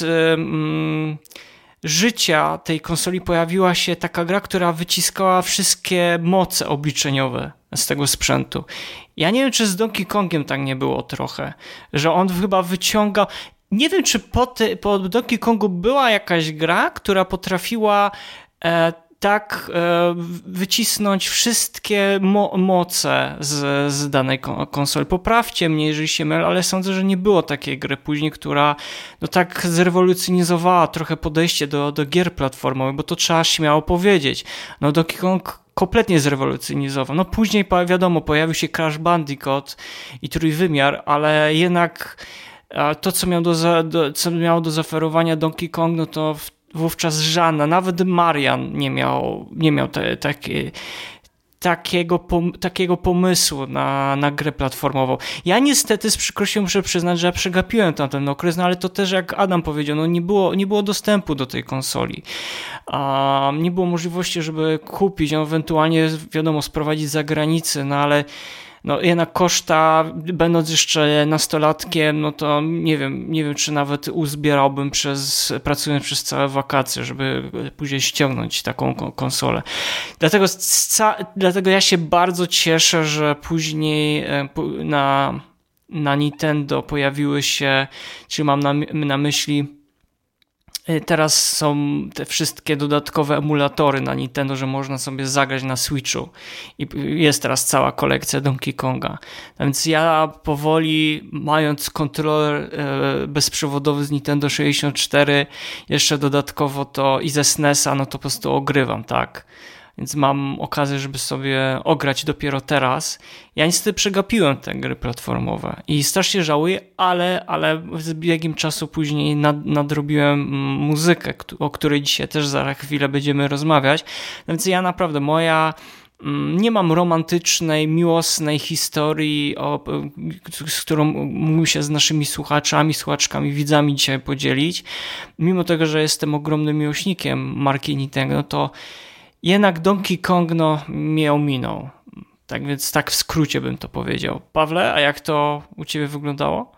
życia tej konsoli pojawiła się taka gra, która wyciskała wszystkie moce obliczeniowe z tego sprzętu. Ja nie wiem, czy z Donkey Kongiem tak nie było trochę, że on chyba wyciągał... Nie wiem, czy po Donkey Kongu była jakaś gra, która potrafiła tak wycisnąć wszystkie moce z danej konsoli. Poprawcie mnie, jeżeli się mylę, ale sądzę, że nie było takiej gry później, która tak zrewolucjonizowała trochę podejście do gier platformowych, bo to trzeba śmiało powiedzieć. Donkey Kong kompletnie zrewolucjonizował. Później, wiadomo, pojawił się Crash Bandicoot i Trójwymiar, ale jednak to, co miało do zaoferowania Donkey Kong, no to wówczas żadna, nawet Marian nie miał takiego pomysłu na grę platformową. Ja niestety z przykrością muszę przyznać, że ja przegapiłem tamten okres, no ale to też jak Adam powiedział, no nie było dostępu do tej konsoli. Nie było możliwości, żeby kupić, ewentualnie wiadomo sprowadzić za granicę, no ale no jednak koszta, będąc jeszcze nastolatkiem, no to nie wiem, czy nawet uzbierałbym pracując przez całe wakacje, żeby później ściągnąć taką konsolę. Dlatego ja się bardzo cieszę, że później na Nintendo pojawiły się, czyli mam na myśli, teraz są te wszystkie dodatkowe emulatory na Nintendo, że można sobie zagrać na Switchu i jest teraz cała kolekcja Donkey Konga. A więc ja powoli, mając kontroler bezprzewodowy z Nintendo 64, jeszcze dodatkowo to i ze SNES-a, no to po prostu ogrywam, tak? Więc mam okazję, żeby sobie ograć dopiero teraz. Ja niestety przegapiłem te gry platformowe i strasznie żałuję, ale z biegiem czasu później nadrobiłem muzykę, o której dzisiaj też za chwilę będziemy rozmawiać. Więc ja naprawdę nie mam romantycznej, miłosnej historii, z którą mógłbym się z naszymi słuchaczkami, widzami dzisiaj podzielić. Mimo tego, że jestem ogromnym miłośnikiem marki Nintendo, to jednak Donkey Kong mnie ominął. Tak więc tak w skrócie bym to powiedział. Pawle, a jak to u ciebie wyglądało?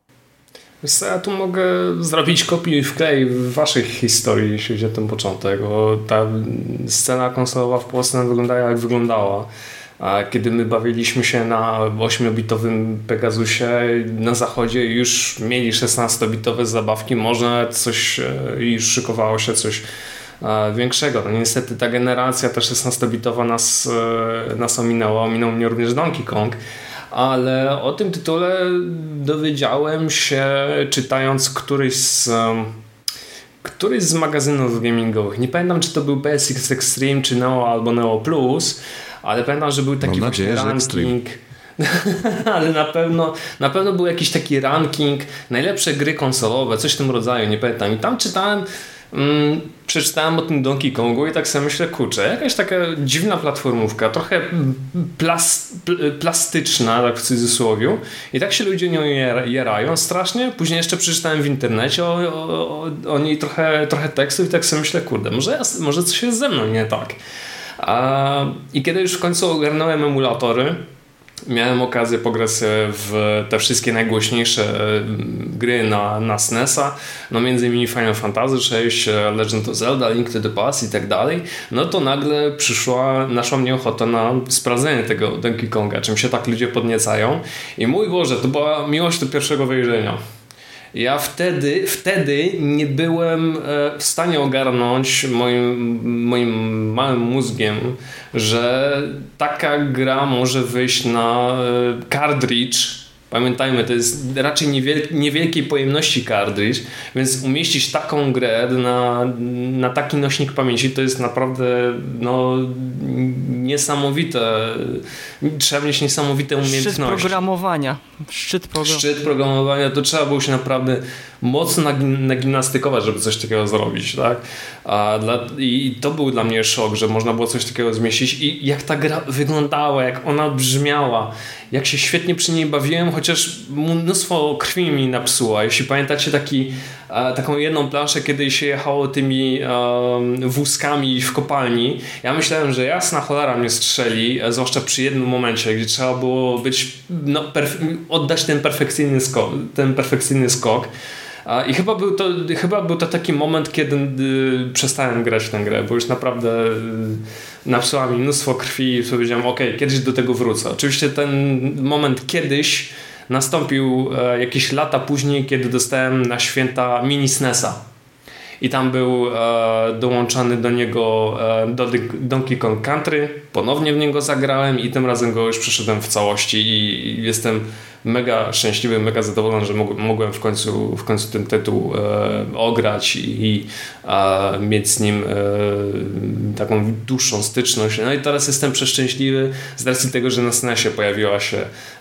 Ja tu mogę zrobić kopiuj i wklej waszych historii, jeśli chodzi o ten początek, bo ta scena konsolowa w Polsce wyglądała jak wyglądała. A kiedy my bawiliśmy się na 8-bitowym Pegasusie, na zachodzie już mieli 16-bitowe zabawki, może coś już szykowało się coś większego. No niestety ta generacja, ta 16-bitowa nas ominęła. Ominął mnie również Donkey Kong, ale o tym tytule dowiedziałem się czytając któryś z magazynów gamingowych. Nie pamiętam, czy to był PSX Extreme, czy Neo albo Neo Plus, ale pamiętam, że był taki właśnie ranking. Ale na pewno był jakiś taki ranking najlepsze gry konsolowe, coś w tym rodzaju, nie pamiętam. I tam przeczytałem o tym Donkey Kongu i tak sobie myślę, kurczę, jakaś taka dziwna platformówka, trochę plastyczna, tak w cudzysłowiu, i tak się ludzie nią jarają strasznie. Później jeszcze przeczytałem w internecie o niej trochę tekstów i tak sobie myślę, kurde, może coś jest ze mną nie tak. I kiedy już w końcu ogarnąłem emulatory, miałem okazję pograć w te wszystkie najgłośniejsze gry na SNES-a, no między innymi Final Fantasy VI, Legend of Zelda, Link to the Past i tak dalej, no to nagle naszła mnie ochota na sprawdzenie tego Donkey Konga, czym się tak ludzie podniecają i mój Boże, to była miłość do pierwszego wejrzenia. Ja wtedy nie byłem w stanie ogarnąć moim małym mózgiem, że taka gra może wyjść na cartridge. Pamiętajmy, to jest raczej niewielkiej pojemności cartridge, więc umieścić taką grę na taki nośnik pamięci to jest naprawdę niesamowite. Trzeba mieć niesamowite umiejętności. Szczyt programowania, to trzeba było się naprawdę mocno nagimnastykować, żeby coś takiego zrobić, tak? I to był dla mnie szok, że można było coś takiego zmieścić i jak ta gra wyglądała, jak ona brzmiała, jak się świetnie przy niej bawiłem, chociaż mnóstwo krwi mi napsuła. Jeśli pamiętacie taką jedną planszę, kiedy się jechało tymi wózkami w kopalni, ja myślałem, że jasna cholera mnie strzeli, zwłaszcza przy jednym momencie, gdzie trzeba było oddać ten perfekcyjny skok. I chyba był to taki moment, kiedy przestałem grać w tę grę, bo już naprawdę napsuła mi mnóstwo krwi i powiedziałem, okej, kiedyś do tego wrócę. Oczywiście ten moment kiedyś nastąpił jakieś lata później, kiedy dostałem na święta mini SNES-a. I tam był dołączany do niego Donkey Kong Country. Ponownie w niego zagrałem i tym razem go już przeszedłem w całości i jestem mega szczęśliwy, mega zadowolony, że mogłem w końcu ten tytuł ograć i mieć z nim taką dłuższą styczność. No i teraz jestem przeszczęśliwy z racji tego, że na SNESie pojawiła się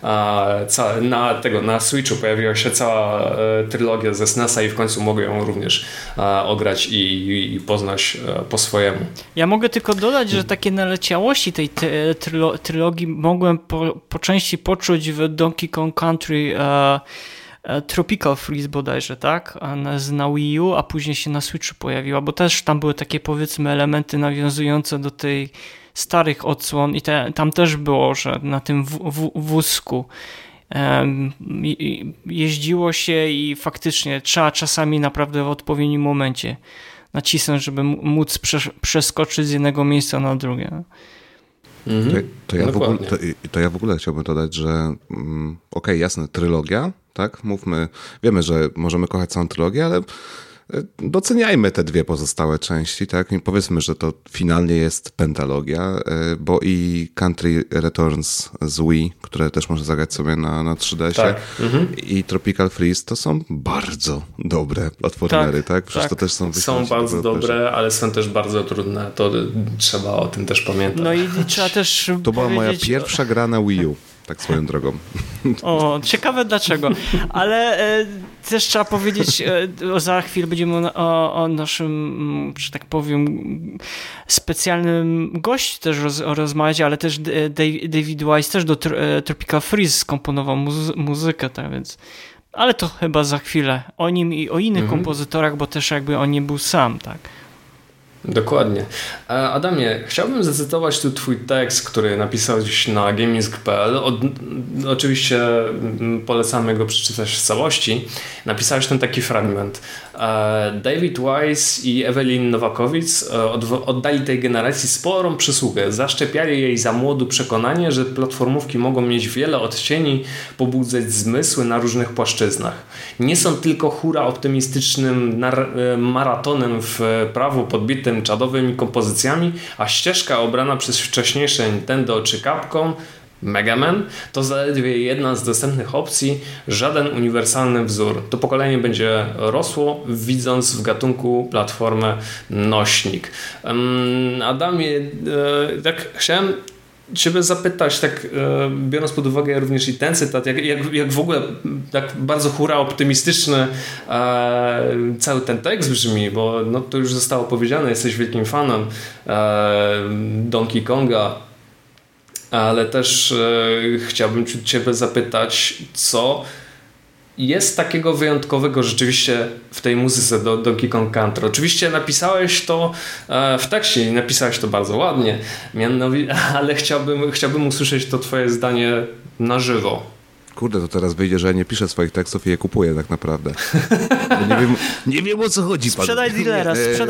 na Switchu pojawiła się cała trylogia ze SNESa i w końcu mogę ją również ograć i poznać po swojemu. Ja mogę tylko dodać, że takie naleciałości tej trylogii mogłem po części poczuć w Donkey Kong Country Tropical Freeze bodajże, tak? Na Wii U, a później się na Switchu pojawiła, bo też tam były takie, powiedzmy, elementy nawiązujące do tej starych odsłon i tam też było, że na tym wózku jeździło się i faktycznie trzeba czasami naprawdę w odpowiednim momencie nacisnąć, żeby móc przeskoczyć z jednego miejsca na drugie. To ja w ogóle chciałbym dodać, że okej, jasne, trylogia, tak? Wiemy, że możemy kochać całą trylogię, ale doceniajmy te dwie pozostałe części, tak? I powiedzmy, że to finalnie jest pentalogia, bo i Country Returns z Wii, które też można zagrać sobie na 3DS-ie, i Tropical Freeze to są bardzo dobre platformery, tak? Przecież to też są bardzo dobre, ale są też bardzo trudne. To trzeba o tym też pamiętać. No i trzeba też To była moja pierwsza gra na Wii U. Tak swoją drogą. O, ciekawe dlaczego. Ale też trzeba powiedzieć, za chwilę będziemy o naszym, że tak powiem, specjalnym gościu też rozmawiać, ale też David Wise też do Tropical Freeze skomponował muzykę, tak więc. Ale to chyba za chwilę. O nim i o innych kompozytorach, bo też jakby on nie był sam, tak. Dokładnie. Adamie, chciałbym zacytować tu twój tekst, który napisałeś na gaming.pl. Oczywiście polecamy go przeczytać w całości. Napisałeś ten taki fragment. David Wise i Ewelin Nowakowicz oddali tej generacji sporą przysługę. Zaszczepiali jej za młodu przekonanie, że platformówki mogą mieć wiele odcieni, pobudzać zmysły na różnych płaszczyznach. Nie są tylko hura optymistycznym maratonem w prawo podbitym czadowymi kompozycjami, a ścieżka obrana przez wcześniejsze Nintendo czy Capcom, Mega Man, to zaledwie jedna z dostępnych opcji, żaden uniwersalny wzór. To pokolenie będzie rosło, widząc w gatunku platformę nośnik. Adamie, tak chciałem Ciebie zapytać, tak biorąc pod uwagę również i ten cytat, jak w ogóle tak bardzo hura optymistyczny cały ten tekst brzmi, bo no, to już zostało powiedziane, jesteś wielkim fanem Donkey Konga, ale też chciałbym Ciebie zapytać, co jest takiego wyjątkowego rzeczywiście w tej muzyce do Donkey Kong Country. Oczywiście napisałeś to w tekście i napisałeś to bardzo ładnie, ale chciałbym usłyszeć to twoje zdanie na żywo. Kurde, to teraz wyjdzie, że ja nie piszę swoich tekstów i je kupuję tak naprawdę. Nie wiem o co chodzi. Sprzedaj dealera.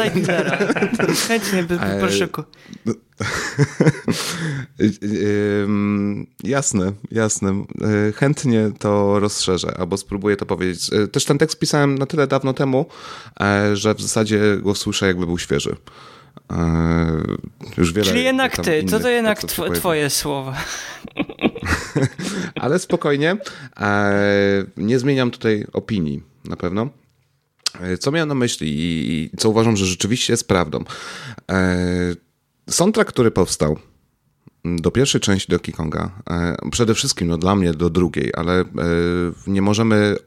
Chętnie, proszę. Jasne. Chętnie to rozszerzę, albo spróbuję to powiedzieć. Też ten tekst pisałem na tyle dawno temu, że w zasadzie go słyszę, jakby był świeży. Już wiele. Czyli jednak ty, to jednak twoje słowa. Ale spokojnie, nie zmieniam tutaj opinii, na pewno. Co miałem na myśli i co uważam, że rzeczywiście jest prawdą. Soundtrack, który powstał do pierwszej części Donkey Konga, przede wszystkim no, dla mnie do drugiej, ale nie możemy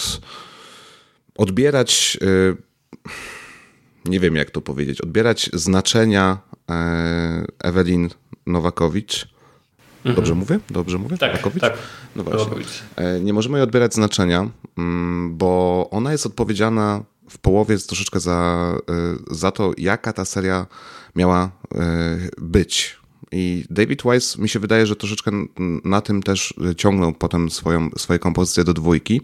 odbierać, nie wiem jak to powiedzieć, odbierać znaczenia Ewelin Nowakowicz. Dobrze mówię? Tak, tak. No właśnie. Nie możemy jej odbierać znaczenia, bo ona jest odpowiedzialna w połowie troszeczkę za to, jaka ta seria miała być. I David Wise, mi się wydaje, że troszeczkę na tym też ciągnął potem swoje kompozycje do dwójki.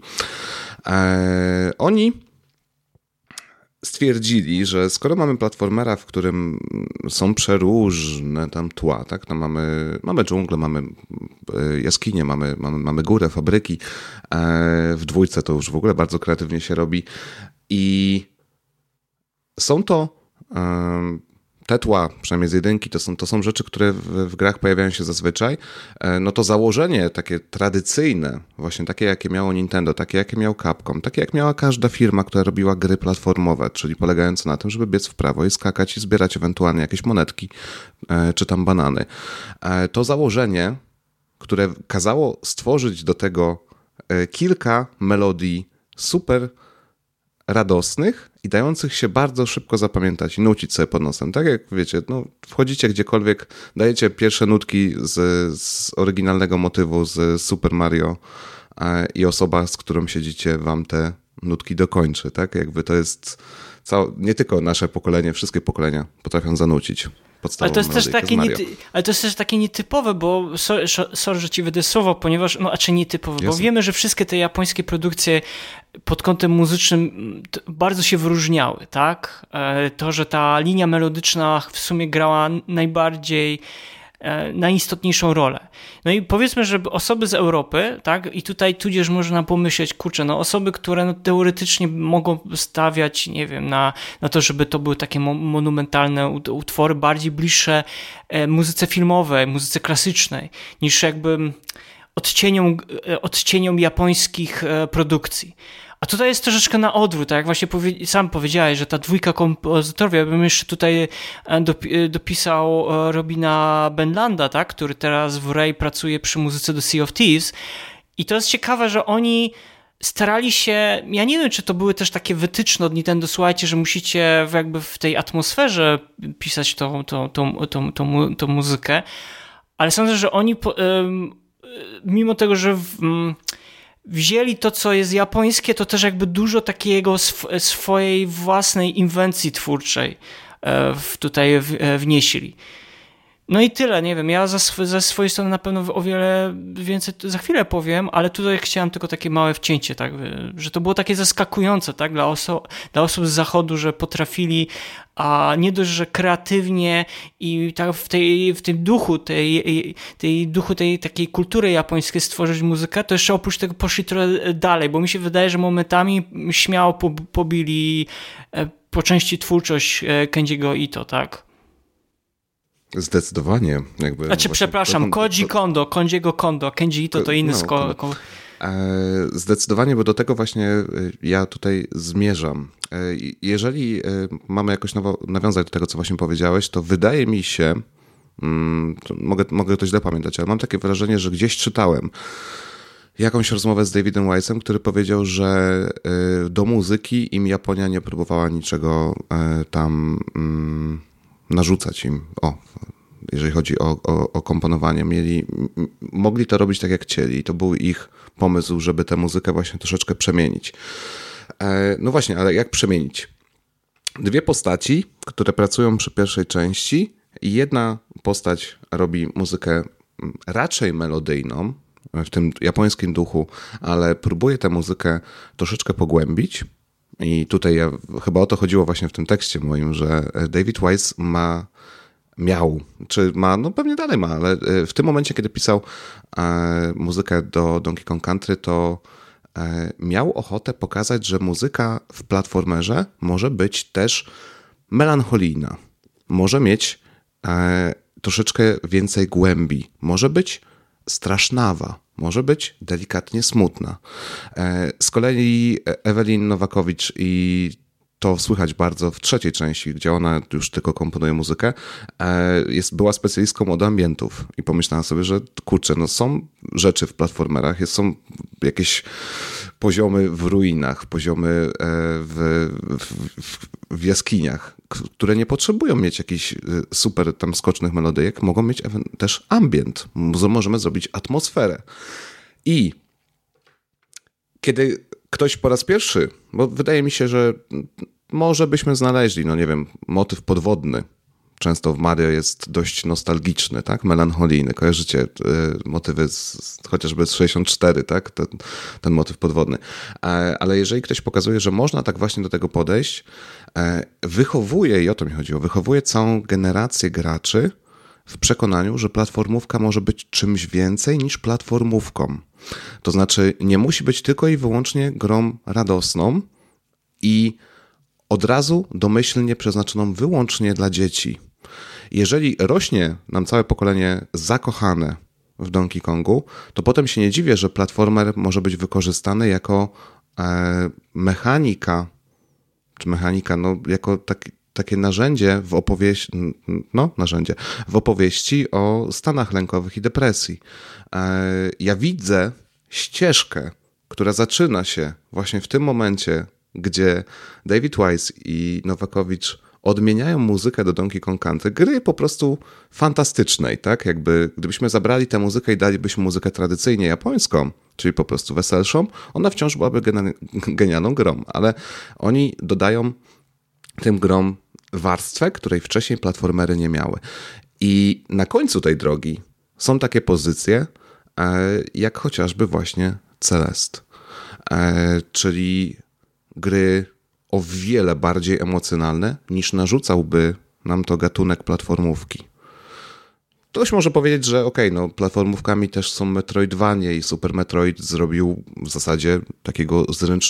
Oni stwierdzili, że skoro mamy platformera, w którym są przeróżne tam tła, tak? Tam mamy dżunglę, mamy jaskinie, mamy górę, fabryki. W dwójce to już w ogóle bardzo kreatywnie się robi. I są to te tła, przynajmniej z jedynki, to są rzeczy, które w grach pojawiają się zazwyczaj, no to założenie takie tradycyjne, właśnie takie jakie miało Nintendo, takie jakie miał Capcom, takie jak miała każda firma, która robiła gry platformowe, czyli polegające na tym, żeby biec w prawo i skakać i zbierać ewentualnie jakieś monetki czy tam banany. To założenie, które kazało stworzyć do tego kilka melodii super radosnych i dających się bardzo szybko zapamiętać i nucić sobie pod nosem. Tak jak wiecie, no, wchodzicie gdziekolwiek, dajecie pierwsze nutki z oryginalnego motywu z Super Mario i osoba, z którą siedzicie, wam te nutki dokończy. Tak? Jakby to jest nie tylko nasze pokolenie, wszystkie pokolenia potrafią zanucić. Ale to jest też takie nietypowe, bo sorry, że ci wydaję słowo, ponieważ, czy nietypowe, bo wiemy, że wszystkie te japońskie produkcje pod kątem muzycznym bardzo się wyróżniały, tak? To, że ta linia melodyczna w sumie grała najistotniejszą rolę. No i powiedzmy, że osoby z Europy, tak, i tutaj tudzież można pomyśleć, osoby, które teoretycznie mogą stawiać, nie wiem, na to, żeby to były takie monumentalne utwory, bardziej bliższe muzyce filmowej, muzyce klasycznej, niż jakby odcieniom japońskich produkcji. A tutaj jest troszeczkę na odwrót, tak jak właśnie sam powiedziałeś, że ta dwójka kompozytorów, ja bym jeszcze tutaj dopisał Robina Benlanda, tak, który teraz w Ray pracuje przy muzyce do Sea of Thieves, i to jest ciekawe, że oni starali się, ja nie wiem, czy to były też takie wytyczne od Nintendo, słuchajcie, że musicie jakby w tej atmosferze pisać tą muzykę, ale sądzę, że oni mimo tego, że wzięli to, co jest japońskie, to też jakby dużo takiego swojej własnej inwencji twórczej tutaj wnieśli. No i tyle, nie wiem, ja ze swojej strony na pewno o wiele więcej za chwilę powiem, ale tutaj chciałem tylko takie małe wcięcie, tak, że to było takie zaskakujące, tak, dla osób z zachodu, że potrafili, a nie dość, że kreatywnie i tak w tym duchu tej takiej kultury japońskiej stworzyć muzykę, to jeszcze oprócz tego poszli trochę dalej, bo mi się wydaje, że momentami śmiało pobili po części twórczość Kenji'ego Ito, tak. Zdecydowanie. Przepraszam, Kenji'ego Kondo, Kenji Ito to inny Zdecydowanie, bo do tego właśnie ja tutaj zmierzam. Jeżeli mamy jakoś nawiązać do tego, co właśnie powiedziałeś, to wydaje mi się, mogę to źle pamiętać, ale mam takie wrażenie, że gdzieś czytałem jakąś rozmowę z Davidem Wise'em, który powiedział, że do muzyki im Japonia nie próbowała niczego tam narzucać im, jeżeli chodzi o komponowanie. Mogli to robić tak, jak chcieli. To był ich pomysł, żeby tę muzykę właśnie troszeczkę przemienić. No właśnie, ale jak przemienić? Dwie postaci, które pracują przy pierwszej części, i jedna postać robi muzykę raczej melodyjną, w tym japońskim duchu, ale próbuje tę muzykę troszeczkę pogłębić. I tutaj chyba o to chodziło właśnie w tym tekście moim, że David Wise no pewnie dalej ma, ale w tym momencie, kiedy pisał muzykę do Donkey Kong Country, to miał ochotę pokazać, że muzyka w platformerze może być też melancholijna, może mieć troszeczkę więcej głębi, może być strasznawa, może być delikatnie smutna. Z kolei Ewelin Nowakowicz, i to słychać bardzo w trzeciej części, gdzie ona już tylko komponuje muzykę, była specjalistką od ambientów i pomyślała sobie, że kurczę, no są rzeczy w platformerach, są jakieś poziomy w ruinach, poziomy w jaskiniach, które nie potrzebują mieć jakichś super tam skocznych melodyjek, mogą mieć też ambient. Możemy zrobić atmosferę. I kiedy ktoś po raz pierwszy, bo wydaje mi się, że może byśmy znaleźli, no nie wiem, motyw podwodny. Często w Mario jest dość nostalgiczny, tak? Melancholijny. Kojarzycie motywy chociażby z 64, tak? Ten motyw podwodny. Ale jeżeli ktoś pokazuje, że można tak właśnie do tego podejść, wychowuje, i o to mi chodziło, wychowuje całą generację graczy w przekonaniu, że platformówka może być czymś więcej niż platformówką. To znaczy nie musi być tylko i wyłącznie grą radosną i od razu domyślnie przeznaczoną wyłącznie dla dzieci. Jeżeli rośnie nam całe pokolenie zakochane w Donkey Kongu, to potem się nie dziwię, że platformer może być wykorzystany jako mechanika, jako takie narzędzie w opowieści o stanach lękowych i depresji. Ja widzę ścieżkę, która zaczyna się właśnie w tym momencie, gdzie David Wise i Nowakowicz odmieniają muzykę do Donkey Kong Country, gry po prostu fantastycznej, tak? Jakby gdybyśmy zabrali tę muzykę i dalibyśmy muzykę tradycyjnie japońską, czyli po prostu weselszą, ona wciąż byłaby genialną grą, ale oni dodają tym grom warstwę, której wcześniej platformery nie miały. I na końcu tej drogi są takie pozycje, jak chociażby właśnie Celeste, czyli gry o wiele bardziej emocjonalne, niż narzucałby nam to gatunek platformówki. Ktoś może powiedzieć, że platformówkami też są Metroidvanie i Super Metroid zrobił w zasadzie takiego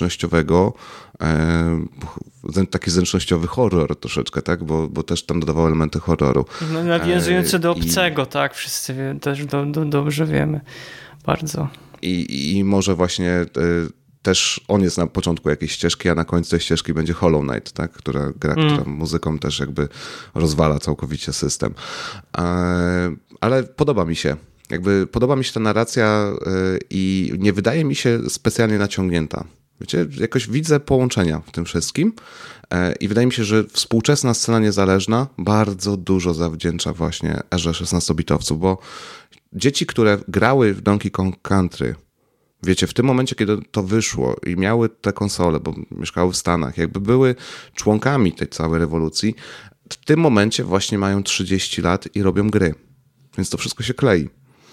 taki zręcznościowy horror troszeczkę, tak? Bo też tam dodawał elementy horroru. No, nawiązujący do Obcego, tak? Wszyscy też dobrze wiemy. Bardzo. I może właśnie też on jest na początku jakiejś ścieżki, a na końcu tej ścieżki będzie Hollow Knight, tak? Która muzyką też jakby rozwala całkowicie system. Ale podoba mi się. Podoba mi się ta narracja i nie wydaje mi się specjalnie naciągnięta. Wiecie, jakoś widzę połączenia w tym wszystkim i wydaje mi się, że współczesna scena niezależna bardzo dużo zawdzięcza właśnie erze 16-bitowców, bo dzieci, które grały w Donkey Kong Country, wiecie, w tym momencie, kiedy to wyszło i miały te konsole, bo mieszkały w Stanach, jakby były członkami tej całej rewolucji, w tym momencie właśnie mają 30 lat i robią gry. Więc to wszystko się klei.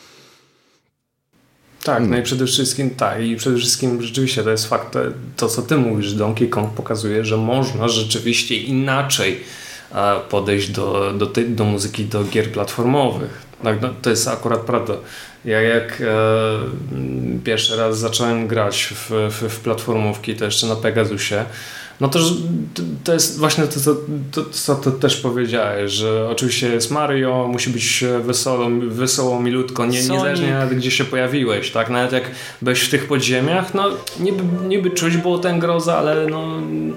Tak, no i przede wszystkim rzeczywiście to jest fakt, to co ty mówisz, Donkey Kong pokazuje, że można rzeczywiście inaczej podejść do muzyki, do gier platformowych. Tak, no, to jest akurat prawda. Ja jak pierwszy raz zacząłem grać w platformówki, to jeszcze na Pegasusie, no to jest właśnie to, co ty też powiedziałeś, że oczywiście jest Mario, musi być wesoło, milutko, niezależnie nawet gdzie się pojawiłeś, tak? Nawet jak byłeś w tych podziemiach, no niby czuć było ten grozę, ale no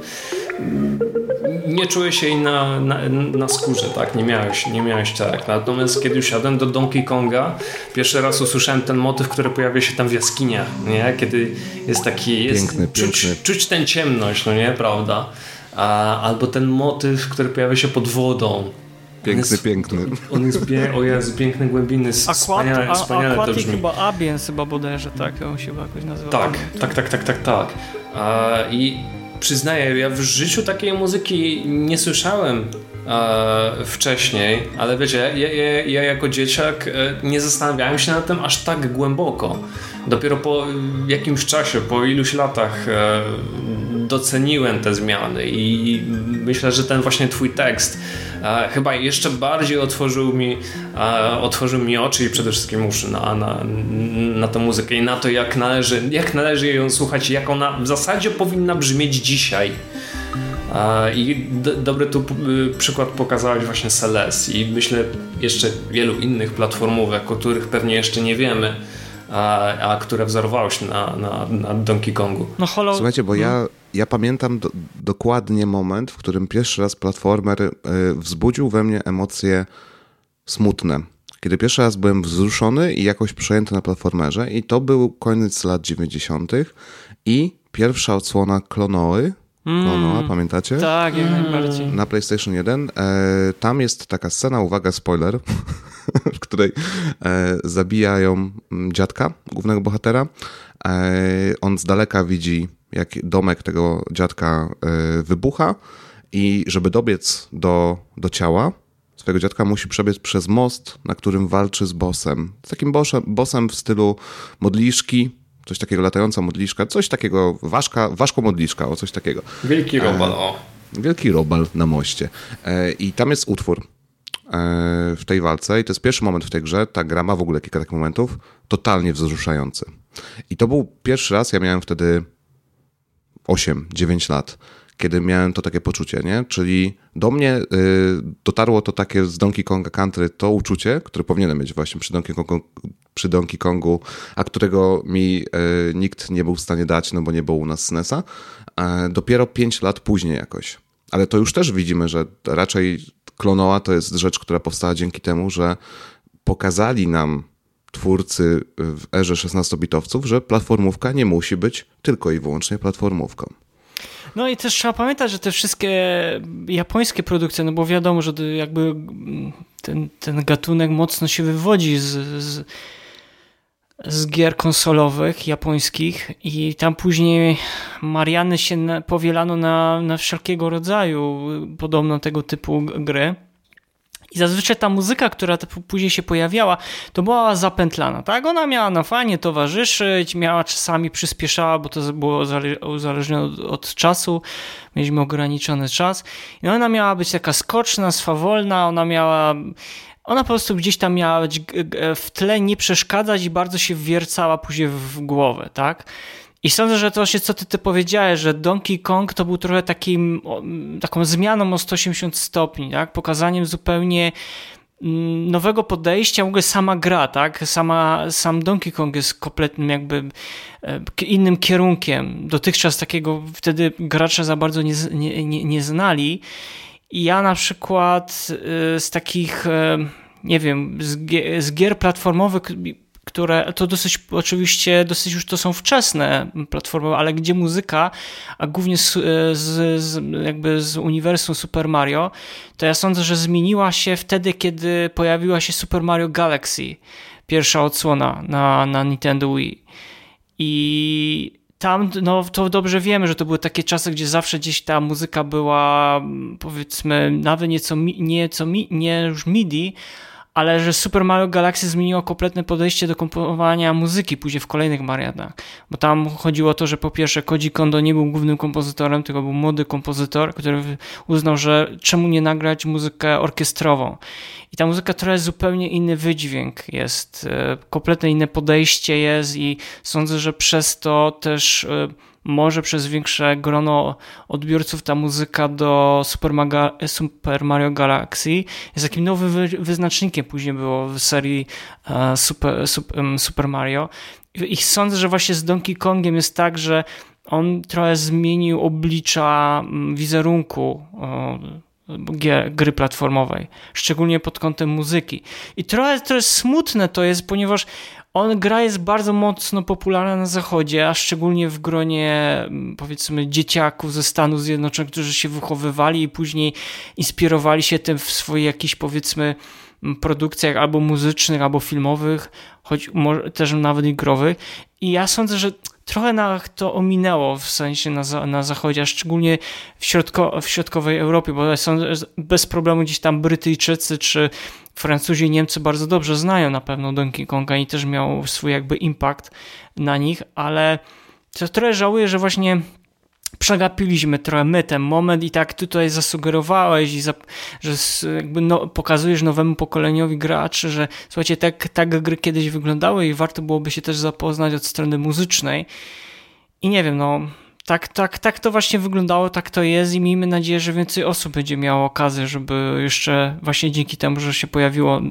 nie czułeś się jej na skórze, tak? Nie miałeś czarek. Natomiast kiedy usiadłem do Donkey Konga, pierwszy raz usłyszałem ten motyw, który pojawia się tam w jaskiniach, nie? Kiedy jest taki... Czuć tę ciemność, no nie? Prawda? Albo ten motyw, który pojawia się potem Piękny. On jest piękny, głębinny, wspaniale to brzmi. Chyba Ambience chyba bodajże, tak? On się chyba jakoś nazywa. Tak. I przyznaję, ja w życiu takiej muzyki nie słyszałem wcześniej, ale wiecie, ja jako dzieciak nie zastanawiałem się nad tym aż tak głęboko. Dopiero po jakimś czasie, po iluś latach doceniłem te zmiany i myślę, że ten właśnie twój tekst chyba jeszcze bardziej otworzył mi oczy i przede wszystkim uszy na tę muzykę i na to, jak należy ją słuchać, jak ona w zasadzie powinna brzmieć dzisiaj. I dobry tu przykład pokazałeś właśnie Celeste i myślę jeszcze wielu innych platformówek, o których pewnie jeszcze nie wiemy, a które wzorowały się na Donkey Kongu. No, słuchajcie, bo ja pamiętam dokładnie moment, w którym pierwszy raz platformer wzbudził we mnie emocje smutne. Kiedy pierwszy raz byłem wzruszony i jakoś przejęty na platformerze i to był koniec lat 90. i pierwsza odsłona Klonoa, pamiętacie? Tak, jak najbardziej. Na PlayStation 1. Tam jest taka scena, uwaga, spoiler, w której zabijają dziadka, głównego bohatera. On z daleka widzi, jak domek tego dziadka wybucha i żeby dobiec do ciała swojego dziadka, musi przebiec przez most, na którym walczy z bossem. Z takim bossem w stylu modliszki, coś takiego, latająca modliszka, coś takiego, ważko modliszka, o coś takiego. Wielki robal, Wielki robal na moście. I tam jest utwór w tej walce i to jest pierwszy moment w tej grze, ta gra ma w ogóle kilka takich momentów, totalnie wzruszający. I to był pierwszy raz, ja miałem wtedy 8-9 lat, kiedy miałem to takie poczucie, nie? Czyli do mnie dotarło to takie z Donkey Konga Country, to uczucie, które powinienem mieć właśnie przy Donkey Kongu, a którego mi nikt nie był w stanie dać, no bo nie było u nas SNES-a, dopiero 5 lat później jakoś. Ale to już też widzimy, że raczej Klonoa to jest rzecz, która powstała dzięki temu, że pokazali nam twórcy w erze 16-bitowców, że platformówka nie musi być tylko i wyłącznie platformówką. No i też trzeba pamiętać, że te wszystkie japońskie produkcje, no bo wiadomo, że jakby ten gatunek mocno się wywodzi z gier konsolowych japońskich i tam później Mariany się powielano na wszelkiego rodzaju podobno tego typu gry. I zazwyczaj ta muzyka, która później się pojawiała, to była zapętlana, tak? Ona miała fajnie towarzyszyć, miała czasami przyspieszała, bo to było uzależnione od czasu, mieliśmy ograniczony czas. I ona miała być taka skoczna, swawolna, ona po prostu gdzieś tam miała być w tle, nie przeszkadzać i bardzo się wwiercała później w głowę, tak? I sądzę, że to właśnie co ty powiedziałeś, że Donkey Kong to był trochę taką zmianą o 180 stopni, tak? Pokazaniem zupełnie nowego podejścia, w ogóle sama gra, tak? Sam Donkey Kong jest kompletnym jakby innym kierunkiem. Dotychczas takiego wtedy gracze za bardzo nie znali. I ja na przykład z takich, nie wiem, z gier platformowych, które to dosyć już to są wczesne platformy, ale gdzie muzyka, a głównie z uniwersum Super Mario, to ja sądzę, że zmieniła się wtedy, kiedy pojawiła się Super Mario Galaxy, pierwsza odsłona na Nintendo Wii. I tam, no to dobrze wiemy, że to były takie czasy, gdzie zawsze gdzieś ta muzyka była, powiedzmy, nawet nie już MIDI, ale że Super Mario Galaxy zmieniło kompletne podejście do komponowania muzyki później w kolejnych Marianach. Bo tam chodziło o to, że po pierwsze Koji Kondo nie był głównym kompozytorem, tylko był młody kompozytor, który uznał, że czemu nie nagrać muzykę orkiestrową. I ta muzyka trochę zupełnie inny wydźwięk jest, kompletnie inne podejście jest i sądzę, że przez to też może przez większe grono odbiorców ta muzyka do Super Mario Galaxy jest takim nowym wyznacznikiem. Później było w serii Super Mario. I sądzę, że właśnie z Donkey Kongiem jest tak, że on trochę zmienił oblicza wizerunku gry platformowej, szczególnie pod kątem muzyki. I trochę smutne to jest, ponieważ gra jest bardzo mocno popularna na zachodzie, a szczególnie w gronie, powiedzmy, dzieciaków ze Stanów Zjednoczonych, którzy się wychowywali i później inspirowali się tym w swoich jakichś, powiedzmy, produkcjach albo muzycznych, albo filmowych, choć może też nawet i growych. I ja sądzę, że trochę to ominęło w sensie na zachodzie, a szczególnie w środkowej Europie, bo sądzę, że bez problemu gdzieś tam Brytyjczycy czy Francuzi i Niemcy bardzo dobrze znają na pewno Donkey Konga i też miał swój jakby impact na nich, ale to trochę żałuję, że właśnie przegapiliśmy trochę my ten moment i tak tutaj zasugerowałeś, że jakby pokazujesz nowemu pokoleniowi graczy, że słuchajcie, tak gry kiedyś wyglądały i warto byłoby się też zapoznać od strony muzycznej. I nie wiem, tak to właśnie wyglądało, tak to jest i miejmy nadzieję, że więcej osób będzie miało okazję, żeby jeszcze właśnie dzięki temu, że się pojawiło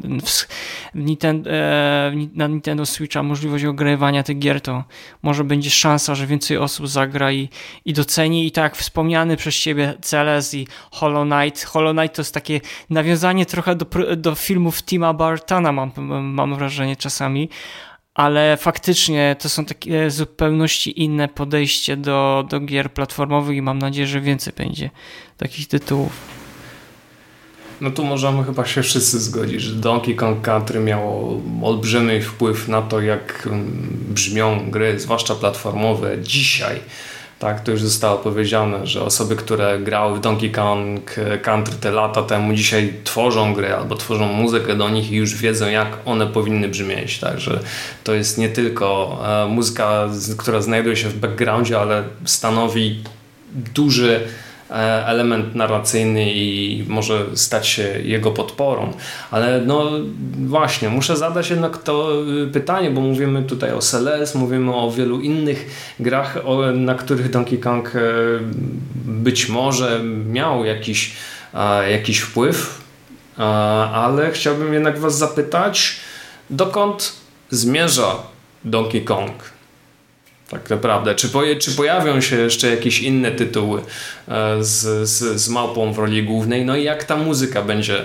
na Nintendo Switcha możliwość ogrywania tych gier, to może będzie szansa, że więcej osób zagra i doceni. I tak jak wspomniany przez ciebie Celes i Hollow Knight. Hollow Knight to jest takie nawiązanie trochę do filmów Tima Burtona, mam wrażenie czasami. Ale faktycznie to są takie zupełności inne podejście do gier platformowych i mam nadzieję, że więcej będzie takich tytułów. No tu możemy chyba się wszyscy zgodzić, że Donkey Kong Country miało olbrzymi wpływ na to, jak brzmią gry, zwłaszcza platformowe dzisiaj. Tak, to już zostało powiedziane, że osoby, które grały w Donkey Kong Country te lata temu, dzisiaj tworzą gry albo tworzą muzykę do nich i już wiedzą, jak one powinny brzmieć. Także to jest nie tylko muzyka, która znajduje się w backgroundzie, ale stanowi duży element narracyjny i może stać się jego podporą. Ale no właśnie, muszę zadać jednak to pytanie, bo mówimy tutaj o SLS, mówimy o wielu innych grach, na których Donkey Kong być może miał jakiś wpływ, ale chciałbym jednak was zapytać, dokąd zmierza Donkey Kong? Tak naprawdę. Czy pojawią się jeszcze jakieś inne tytuły z małpą w roli głównej? No i jak ta muzyka będzie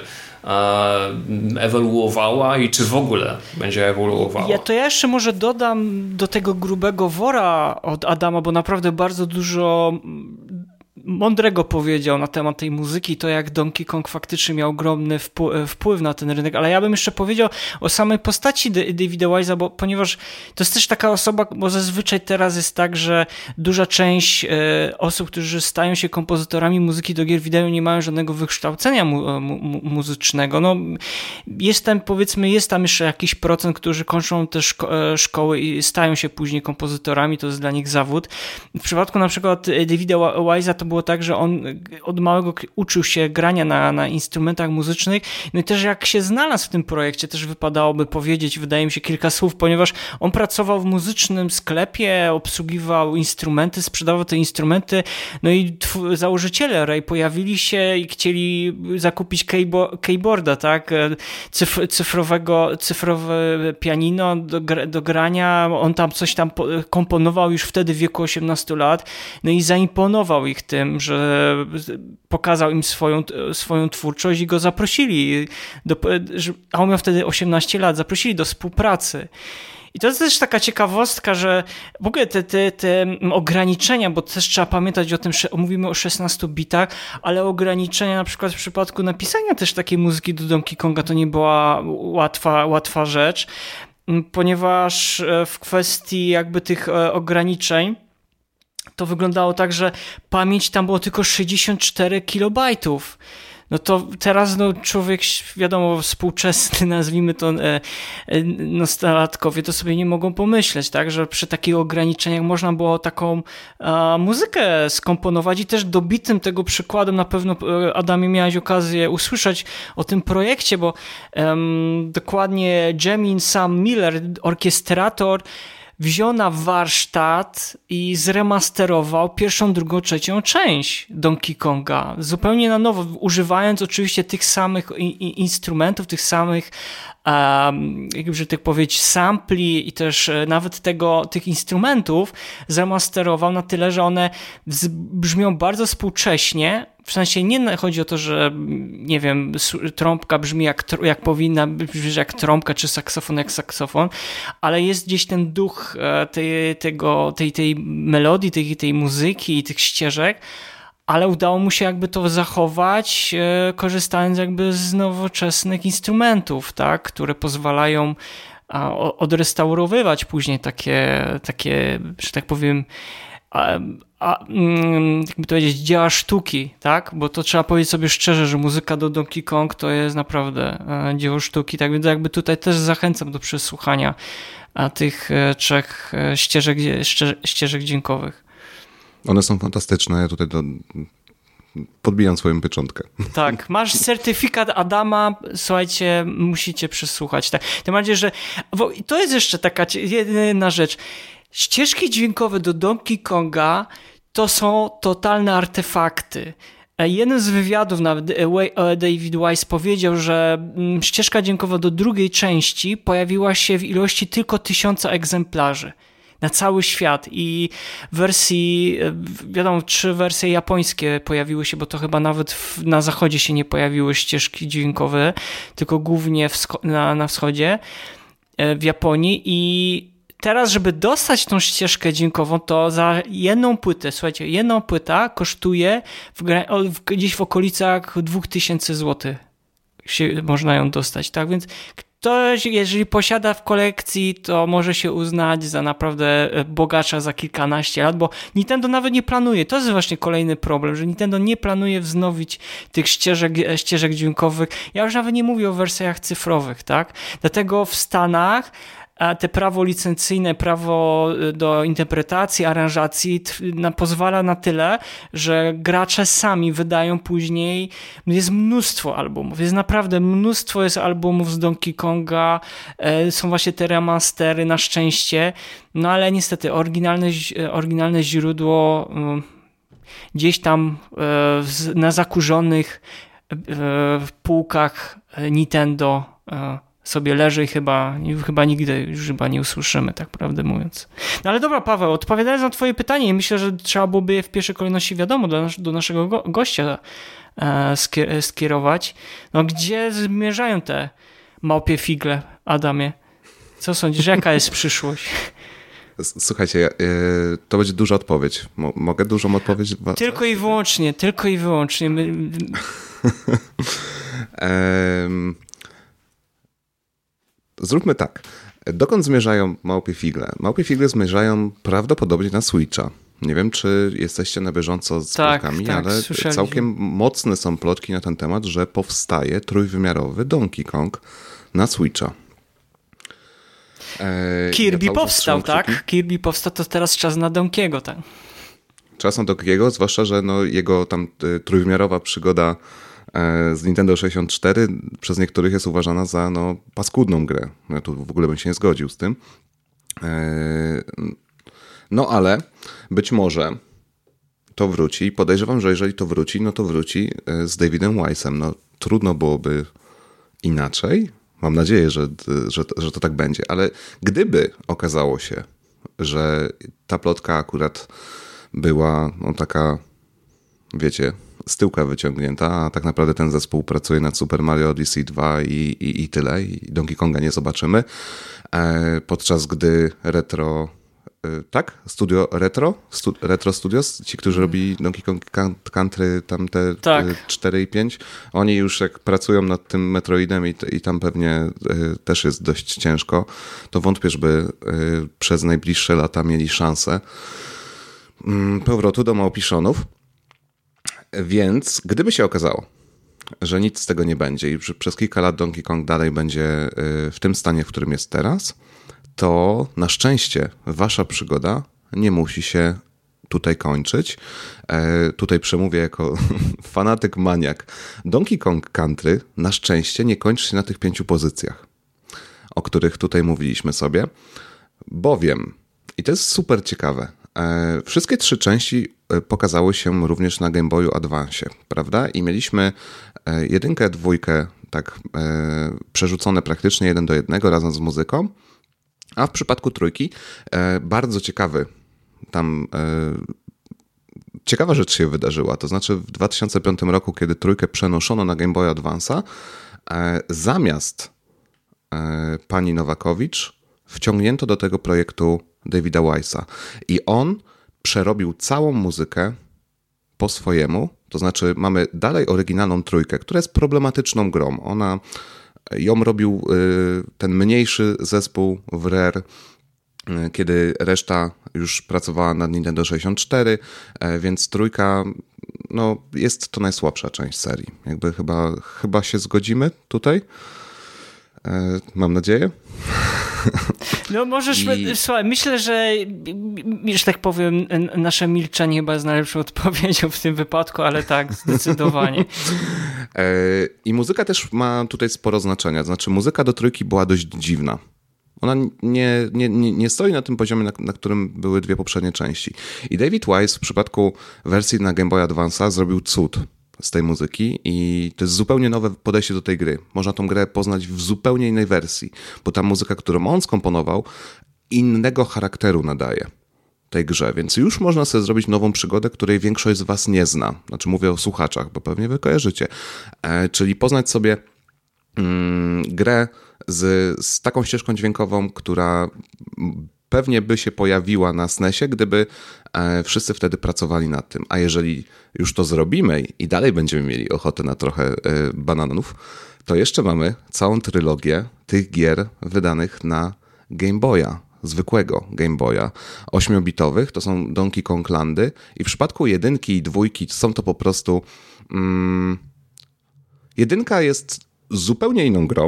ewoluowała i czy w ogóle będzie ewoluowała? Ja jeszcze może dodam do tego grubego wora od Adama, bo naprawdę bardzo dużo mądrego powiedział na temat tej muzyki, to jak Donkey Kong faktycznie miał ogromny wpływ na ten rynek, ale ja bym jeszcze powiedział o samej postaci Davida Wise'a, ponieważ to jest też taka osoba, bo zazwyczaj teraz jest tak, że duża część osób, którzy stają się kompozytorami muzyki do gier wideo, nie mają żadnego wykształcenia muzycznego. No, jest tam jeszcze jakiś procent, którzy kończą te szkoły i stają się później kompozytorami, to jest dla nich zawód. W przypadku na przykład Davida Wise'a to było tak, że on od małego uczył się grania na instrumentach muzycznych, no i też jak się znalazł w tym projekcie, też wypadałoby powiedzieć, wydaje mi się, kilka słów, ponieważ on pracował w muzycznym sklepie, obsługiwał instrumenty, sprzedawał te instrumenty, no i założyciele Ray pojawili się i chcieli zakupić keyboarda, tak, cyfrowe pianino do grania, on tam coś tam komponował już wtedy w wieku 18 lat, no i zaimponował ich tym, że pokazał im swoją twórczość i go zaprosili, a on miał wtedy 18 lat, zaprosili do współpracy. I to jest też taka ciekawostka, że w ogóle te ograniczenia, bo też trzeba pamiętać o tym, że mówimy o 16 bitach, ale ograniczenia na przykład w przypadku napisania też takiej muzyki do Donkey Konga to nie była łatwa rzecz, ponieważ w kwestii jakby tych ograniczeń to wyglądało tak, że pamięć tam było tylko 64 kilobajtów. No to teraz człowiek, wiadomo, współczesny, nazwijmy to nastolatkowie, to sobie nie mogą pomyśleć, tak, że przy takich ograniczeniach można było taką muzykę skomponować i też dobitym tego przykładem na pewno, Adamie, miałeś okazję usłyszeć o tym projekcie, bo dokładnie Jamin Sam Miller, orkiestrator, wziął na warsztat i zremasterował pierwszą, drugą, trzecią część Donkey Konga. Zupełnie na nowo, używając oczywiście tych samych instrumentów, tych samych, jakby tak powiedzieć, sampli i też nawet tych instrumentów zremasterował na tyle, że one brzmią bardzo współcześnie. W sensie nie chodzi o to, że nie wiem, trąbka brzmi jak powinna brzmieć jak trąbka, czy saksofon jak saksofon, ale jest gdzieś ten duch tej melodii, tej muzyki i tych ścieżek, ale udało mu się jakby to zachować, korzystając jakby z nowoczesnych instrumentów, tak, które pozwalają odrestaurowywać później takie, że tak powiem, jakby to powiedzieć, dzieła sztuki, tak? Bo to trzeba powiedzieć sobie szczerze, że muzyka do Donkey Kong to jest naprawdę dzieło sztuki, tak więc jakby tutaj też zachęcam do przesłuchania tych 3 ścieżek dźwiękowych. One są fantastyczne, ja tutaj podbijam swoją pieczątkę. Tak, masz certyfikat Adama, słuchajcie, musicie przesłuchać. Tak. Tym bardziej, że to jest jeszcze taka jedna rzecz. Ścieżki dźwiękowe do Donkey Konga to są totalne artefakty. Jeden z wywiadów nawet David Wise powiedział, że ścieżka dźwiękowa do drugiej części pojawiła się w ilości tylko 1000 egzemplarzy na cały świat i wersji, wiadomo, 3 wersje japońskie pojawiły się, bo to chyba nawet na zachodzie się nie pojawiły ścieżki dźwiękowe, tylko głównie na wschodzie, w Japonii. I teraz, żeby dostać tą ścieżkę dźwiękową, to za jedną płytę, słuchajcie, jedna płyta kosztuje gdzieś w okolicach 2000 zł. Można ją dostać, tak? Więc ktoś, jeżeli posiada w kolekcji, to może się uznać za naprawdę bogacza za kilkanaście lat, bo Nintendo nawet nie planuje. To jest właśnie kolejny problem, że Nintendo nie planuje wznowić tych ścieżek dźwiękowych. Ja już nawet nie mówię o wersjach cyfrowych, tak? Dlatego w Stanach a te prawo licencyjne, prawo do interpretacji, aranżacji pozwala na tyle, że gracze sami wydają później, jest mnóstwo albumów, jest naprawdę mnóstwo jest albumów z Donkey Konga, są właśnie te remastery na szczęście, no ale niestety oryginalne źródło gdzieś tam na zakurzonych półkach Nintendo sobie leży i chyba nigdy już nie usłyszymy, tak prawdę mówiąc. No ale dobra, Paweł, odpowiadając na twoje pytanie, myślę, że trzeba byłoby je w pierwszej kolejności wiadomo do naszego gościa skierować. No gdzie zmierzają te małpie figle, Adamie? Co sądzisz, jaka jest przyszłość? Słuchajcie, to będzie duża odpowiedź. Mogę dużą odpowiedź? Tylko i wyłącznie. Zróbmy tak. Dokąd zmierzają małpie figle? Małpie figle zmierzają prawdopodobnie na Switcha. Nie wiem, czy jesteście na bieżąco z plotkami, ale całkiem mocne są plotki na ten temat, że powstaje trójwymiarowy Donkey Kong na Switcha. Kirby powstał, tak? Kirby powstał, to teraz czas na Donkiego, tak? Czas na Donkiego, zwłaszcza, że jego tam trójwymiarowa przygoda z Nintendo 64 przez niektórych jest uważana za paskudną grę. Ja tu w ogóle bym się nie zgodził z tym. No ale być może to wróci. Podejrzewam, że jeżeli to wróci, no to wróci z Davidem Wise'em. No trudno byłoby inaczej. Mam nadzieję, że to tak będzie. Ale gdyby okazało się, że ta plotka akurat była taka, wiecie, z tyłka wyciągnięta, a tak naprawdę ten zespół pracuje nad Super Mario Odyssey 2 i tyle. I Donkey Konga nie zobaczymy. Podczas gdy Studio Retro Studios, ci, którzy robi Donkey Kong Country, tam te 4 i 5, oni już jak pracują nad tym Metroidem i tam pewnie też jest dość ciężko, to wątpię, żeby przez najbliższe lata mieli szansę powrotu do Małpiszonów. Więc gdyby się okazało, że nic z tego nie będzie i przez kilka lat Donkey Kong dalej będzie w tym stanie, w którym jest teraz, to na szczęście wasza przygoda nie musi się tutaj kończyć. Tutaj przemówię jako fanatyk maniak. Donkey Kong Country na szczęście nie kończy się na tych 5 pozycjach, o których tutaj mówiliśmy sobie, bowiem, i to jest super ciekawe, wszystkie 3 części pokazały się również na Game Boyu Advance, prawda? I mieliśmy 1, 2, tak przerzucone praktycznie 1 do 1 razem z muzyką. A w przypadku 3 bardzo ciekawa rzecz się wydarzyła. To znaczy w 2005 roku, kiedy 3 przenoszono na Game Boy Advance'a, zamiast pani Nowakowicz wciągnięto do tego projektu Davida Wise'a. I on przerobił całą muzykę po swojemu. To znaczy mamy dalej oryginalną 3, która jest problematyczną grą. Ją robił ten mniejszy zespół w Rare, kiedy reszta już pracowała nad Nintendo 64, więc 3 jest to najsłabsza część serii. Jakby chyba się zgodzimy tutaj. Mam nadzieję. No możesz, słuchaj, myślę, że tak powiem, nasze milczenie chyba jest najlepszą odpowiedzią w tym wypadku, ale tak, zdecydowanie. I muzyka też ma tutaj sporo znaczenia. Znaczy muzyka do 3 była dość dziwna. Ona nie stoi na tym poziomie, na którym były 2 poprzednie części. I David Wise w przypadku wersji na Game Boy Advance'a zrobił cud z tej muzyki i to jest zupełnie nowe podejście do tej gry. Można tą grę poznać w zupełnie innej wersji, bo ta muzyka, którą on skomponował, innego charakteru nadaje tej grze, więc już można sobie zrobić nową przygodę, której większość z was nie zna. Znaczy mówię o słuchaczach, bo pewnie wy kojarzycie. Czyli poznać sobie grę z taką ścieżką dźwiękową, która pewnie by się pojawiła na SNES-ie, gdyby wszyscy wtedy pracowali nad tym. A jeżeli już to zrobimy i dalej będziemy mieli ochotę na trochę bananów, to jeszcze mamy całą trylogię tych gier wydanych na Game Boya, zwykłego Game Boya, 8-bitowych, to są Donkey Kong Landy i w przypadku 1 i 2 są to po prostu... 1 jest zupełnie inną grą,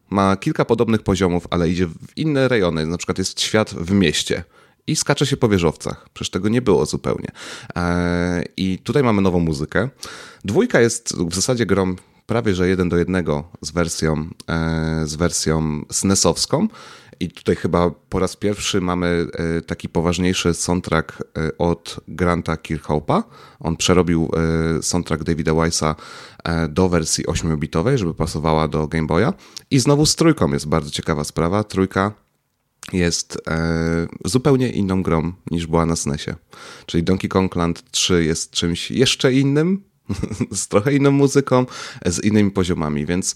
ma kilka podobnych poziomów, ale idzie w inne rejony. Na przykład jest świat w mieście i skacze się po wieżowcach. Przecież tego nie było zupełnie. I tutaj mamy nową muzykę. 2 jest w zasadzie grą prawie że 1:1 z wersją SNES-owską. I tutaj chyba po raz pierwszy mamy taki poważniejszy soundtrack od Granta Kirkhope'a. On przerobił soundtrack Davida Wise'a do wersji 8-bitowej, żeby pasowała do Game Boya. I znowu z 3 jest bardzo ciekawa sprawa. 3 jest zupełnie inną grą niż była na SNESie. Czyli Donkey Kong Land 3 jest czymś jeszcze innym, z trochę inną muzyką, z innymi poziomami, więc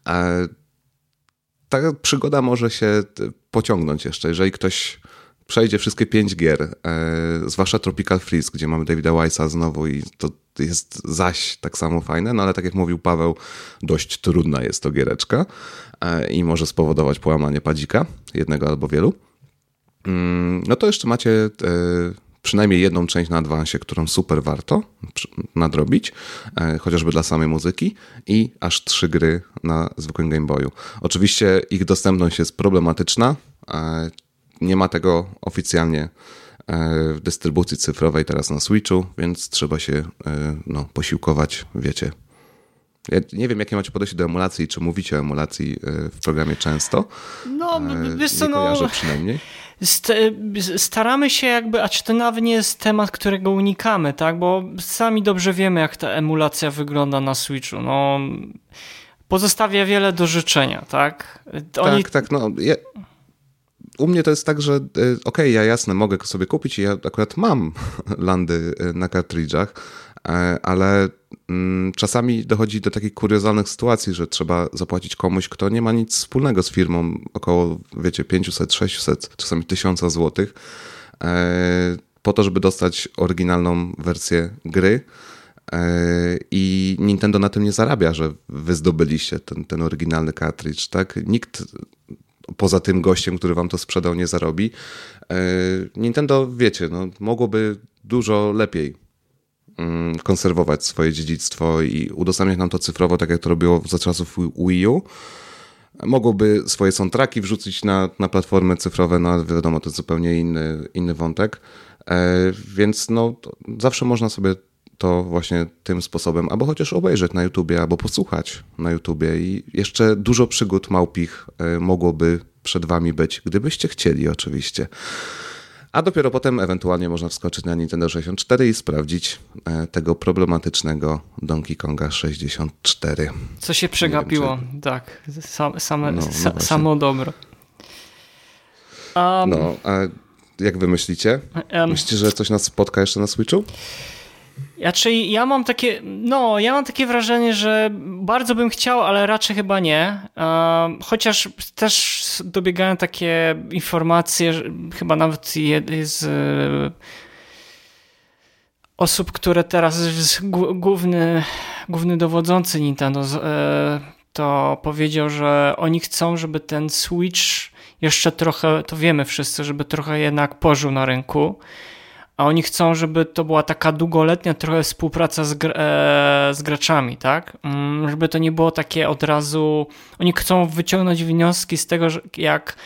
ta przygoda może się pociągnąć jeszcze. Jeżeli ktoś przejdzie wszystkie 5 gier, zwłaszcza Tropical Freeze, gdzie mamy Davida Wise'a znowu i to jest zaś tak samo fajne, no ale tak jak mówił Paweł, dość trudna jest to giereczka i może spowodować połamanie padzika, jednego albo wielu. No to jeszcze macie przynajmniej jedną część na Advance'ie, którą super warto nadrobić, chociażby dla samej muzyki, i aż 3 gry na zwykłym Game Boyu. Oczywiście ich dostępność jest problematyczna. Nie ma tego oficjalnie w dystrybucji cyfrowej teraz na Switchu, więc trzeba się posiłkować, wiecie. Ja nie wiem, jakie macie podejście do emulacji, czy mówicie o emulacji w programie często. No, wiesz co, nie kojarzę przynajmniej. Staramy się jakby, a czy to nawet nie jest temat, którego unikamy, tak? Bo sami dobrze wiemy, jak ta emulacja wygląda na Switchu. No, pozostawia wiele do życzenia, tak? Tak. No, u mnie to jest tak, że ja jasne, mogę sobie kupić i ja akurat mam landy na kartridżach, ale czasami dochodzi do takich kuriozalnych sytuacji, że trzeba zapłacić komuś, kto nie ma nic wspólnego z firmą, około, wiecie, 500, 600, czasami 1000 złotych, po to, żeby dostać oryginalną wersję gry. I Nintendo na tym nie zarabia, że wy zdobyliście ten oryginalny cartridge, tak? Nikt poza tym gościem, który wam to sprzedał, nie zarobi. Nintendo, wiecie, mogłoby dużo lepiej konserwować swoje dziedzictwo i udostępniać nam to cyfrowo, tak jak to robiło za czasów Wii U. Mogłoby swoje soundtracki wrzucić na platformy cyfrowe, no ale wiadomo, to jest zupełnie inny wątek. Więc zawsze można sobie to właśnie tym sposobem, albo chociaż obejrzeć na YouTubie, albo posłuchać na YouTubie i jeszcze dużo przygód małpich mogłoby przed wami być, gdybyście chcieli oczywiście. A dopiero potem ewentualnie można wskoczyć na Nintendo 64 i sprawdzić tego problematycznego Donkey Konga 64. Co się przegapiło, tak. Samo dobro. A jak wy myślicie? Myślicie, że coś nas spotka jeszcze na Switchu? Ja mam takie wrażenie, że bardzo bym chciał, ale raczej chyba nie. Chociaż też dobiegają takie informacje, że chyba nawet z osób, które teraz główny dowodzący Nintendo to powiedział, że oni chcą, żeby ten Switch jeszcze trochę, to wiemy wszyscy, żeby trochę jednak pożył na rynku. A oni chcą, żeby to była taka długoletnia trochę współpraca z graczami, tak? Żeby to nie było takie od razu... Oni chcą wyciągnąć wnioski z tego, że jak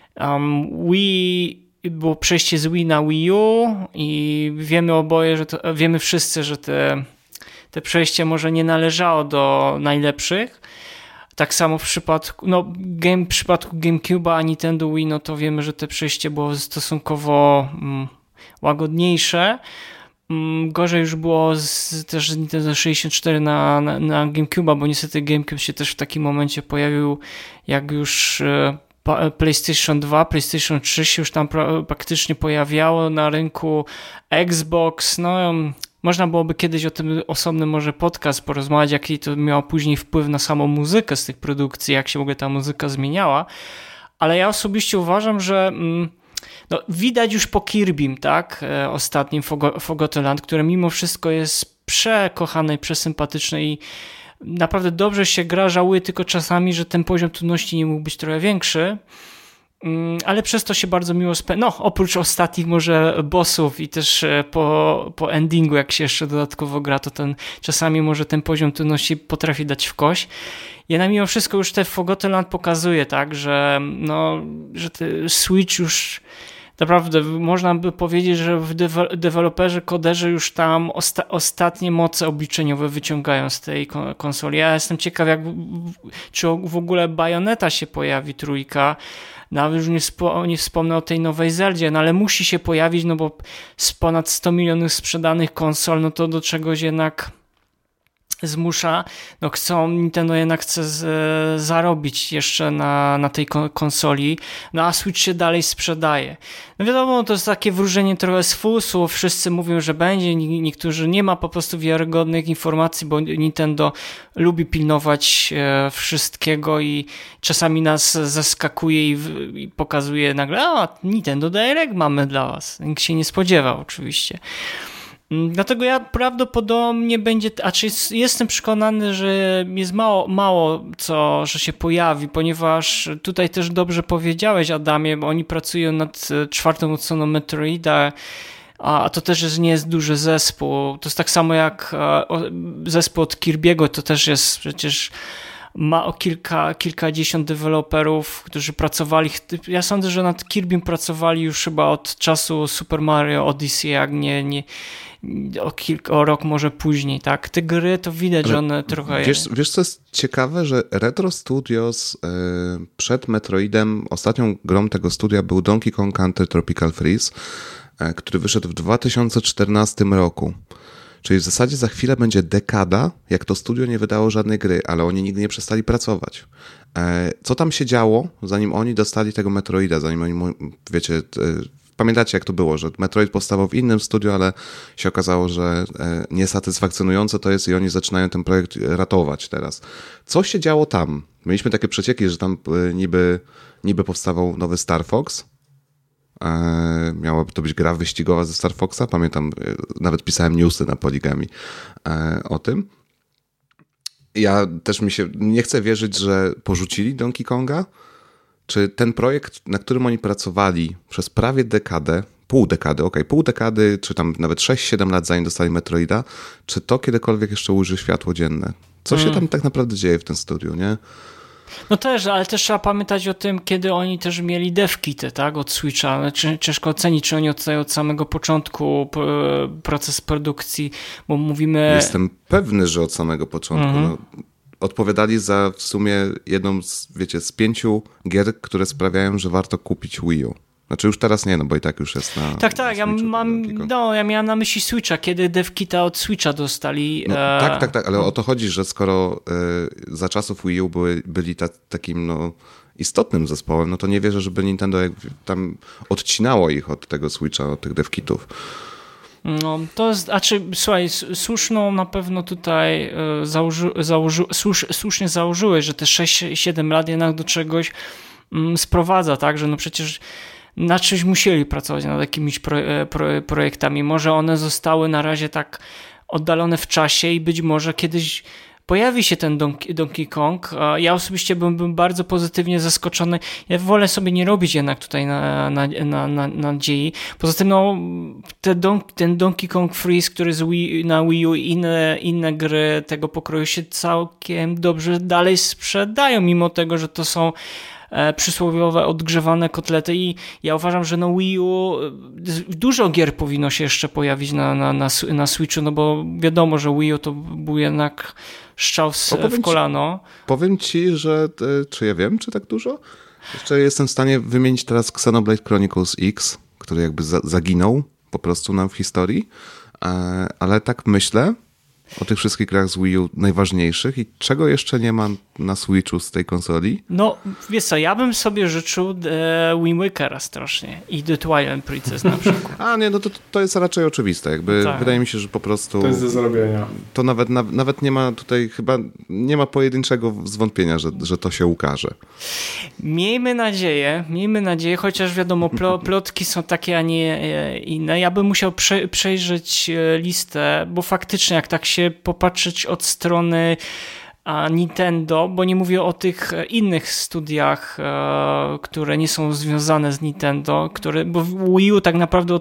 Wii było przejście z Wii na Wii U i wiemy oboje, wiemy wszyscy, że te przejście może nie należało do najlepszych. Tak samo w przypadku GameCube'a a Nintendo Wii, to wiemy, że te przejście było stosunkowo łagodniejsze. Gorzej już było też Nintendo 64 na GameCube'a, bo niestety GameCube się też w takim momencie pojawił, jak już PlayStation 2, PlayStation 3 się już tam praktycznie pojawiało na rynku. Xbox, można byłoby kiedyś o tym osobny może podcast porozmawiać, jaki to miało później wpływ na samą muzykę z tych produkcji, jak się w ogóle ta muzyka zmieniała, ale ja osobiście uważam, że widać już po Kirbym, tak, ostatnim Forgotten Land, które mimo wszystko jest przekochane i przesympatyczne i naprawdę dobrze się gra, żałuję tylko czasami, że ten poziom trudności nie mógł być trochę większy, ale przez to się bardzo miło oprócz ostatnich może bossów i też po endingu, jak się jeszcze dodatkowo gra, to czasami może ten poziom trudności potrafi dać w kość. jednak mimo wszystko już te Forgotten Land pokazuje, tak, że ten Switch już naprawdę można by powiedzieć, że deweloperzy, koderzy już tam ostatnie moce obliczeniowe wyciągają z tej konsoli. Ja jestem ciekaw, czy w ogóle Bayonetta się pojawi trójka. Nawet już nie wspomnę o tej nowej Zeldzie, ale musi się pojawić, bo z ponad 100 milionów sprzedanych konsol, to do czegoś jednak zmusza, Nintendo jednak chce zarobić jeszcze na tej konsoli, a Switch się dalej sprzedaje. Wiadomo, to jest takie wróżenie trochę z fusów, wszyscy mówią, że będzie, niektórzy nie ma po prostu wiarygodnych informacji, bo Nintendo lubi pilnować wszystkiego i czasami nas zaskakuje i pokazuje nagle, Nintendo Direct mamy dla was. Nikt się nie spodziewał oczywiście. Dlatego ja prawdopodobnie jestem przekonany, że jest mało co, że się pojawi, ponieważ tutaj też dobrze powiedziałeś, Adamie, bo oni pracują nad 4. odsłoną Metroida, a to też nie jest duży zespół. To jest tak samo jak zespół od Kirby'ego, to też jest przecież ma kilkadziesiąt deweloperów, którzy pracowali. Ja sądzę, że nad Kirbym pracowali już chyba od czasu Super Mario Odyssey, jak nie o rok może później, tak? Te gry to widać, że one trochę... Wiesz co jest ciekawe, że Retro Studios przed Metroidem, ostatnią grą tego studia był Donkey Kong Country Tropical Freeze, który wyszedł w 2014 roku. Czyli w zasadzie za chwilę będzie dekada, jak to studio nie wydało żadnej gry, ale oni nigdy nie przestali pracować. Co tam się działo, zanim oni dostali tego Metroida, zanim oni, wiecie, pamiętacie jak to było, że Metroid powstawał w innym studiu, ale się okazało, że niesatysfakcjonujące to jest i oni zaczynają ten projekt ratować teraz. Co się działo tam? Mieliśmy takie przecieki, że tam niby powstawał nowy Star Fox. Miałaby to być gra wyścigowa ze Star Foxa. Pamiętam, nawet pisałem newsy na Poligami o tym. Ja też nie chcę wierzyć, że porzucili Donkey Konga. Czy ten projekt, na którym oni pracowali przez prawie dekadę, pół dekady, czy tam nawet 6-7 lat zanim dostali Metroida, czy to kiedykolwiek jeszcze ujrzy światło dzienne? Co się tam tak naprawdę dzieje w tym studiu, nie? No też, ale też trzeba pamiętać o tym, kiedy oni też mieli devkity, tak, od Switcha. Ciężko ocenić, czy oni od samego początku proces produkcji, bo mówimy... Jestem pewny, że od samego początku. Odpowiadali za w sumie jedną z 5 gier, które sprawiają, że warto kupić Wii U. Znaczy już teraz nie, bo i tak już jest na... Tak, ja miałem na myśli Switcha, kiedy devkita od Switcha dostali. Tak, ale o to chodzi, że skoro za czasów Wii U byli takim istotnym zespołem, to nie wierzę, żeby Nintendo tam odcinało ich od tego Switcha, od tych devkitów. No, to jest, słuchaj, słuszną na pewno tutaj słusznie założyłeś, że te 6-7 lat jednak do czegoś sprowadza, tak, że przecież na czymś musieli pracować, nad jakimiś projektami. Może one zostały na razie tak oddalone w czasie i być może kiedyś pojawi się ten Donkey Kong. Ja osobiście byłbym bardzo pozytywnie zaskoczony. Ja wolę sobie nie robić jednak tutaj nadziei. Poza tym ten Donkey Kong Freeze, który na Wii U i inne gry tego pokroju się całkiem dobrze dalej sprzedają, mimo tego, że to są przysłowiowe odgrzewane kotlety i ja uważam, że na Wii U dużo gier powinno się jeszcze pojawić na Switchu, bo wiadomo, że Wii U to był jednak strzał w kolano. Powiem ci, że czy ja wiem, czy tak dużo? Jeszcze jestem w stanie wymienić teraz Xenoblade Chronicles X, który jakby zaginął po prostu nam w historii, ale tak myślę o tych wszystkich grach z Wii U najważniejszych i czego jeszcze nie ma na Switchu z tej konsoli? No, wiesz co, ja bym sobie życzył Wind Wakera strasznie i The Twilight Princess na przykład. To jest raczej oczywiste. Jakby tak. Wydaje mi się, że po prostu... To jest do zrobienia. To nawet nie ma tutaj chyba, nie ma pojedynczego zwątpienia, że to się ukaże. Miejmy nadzieję, chociaż wiadomo, plotki są takie, a nie inne. Ja bym musiał przejrzeć listę, bo faktycznie jak tak się popatrzeć od strony Nintendo, bo nie mówię o tych innych studiach, które nie są związane z Nintendo, bo Wii U tak naprawdę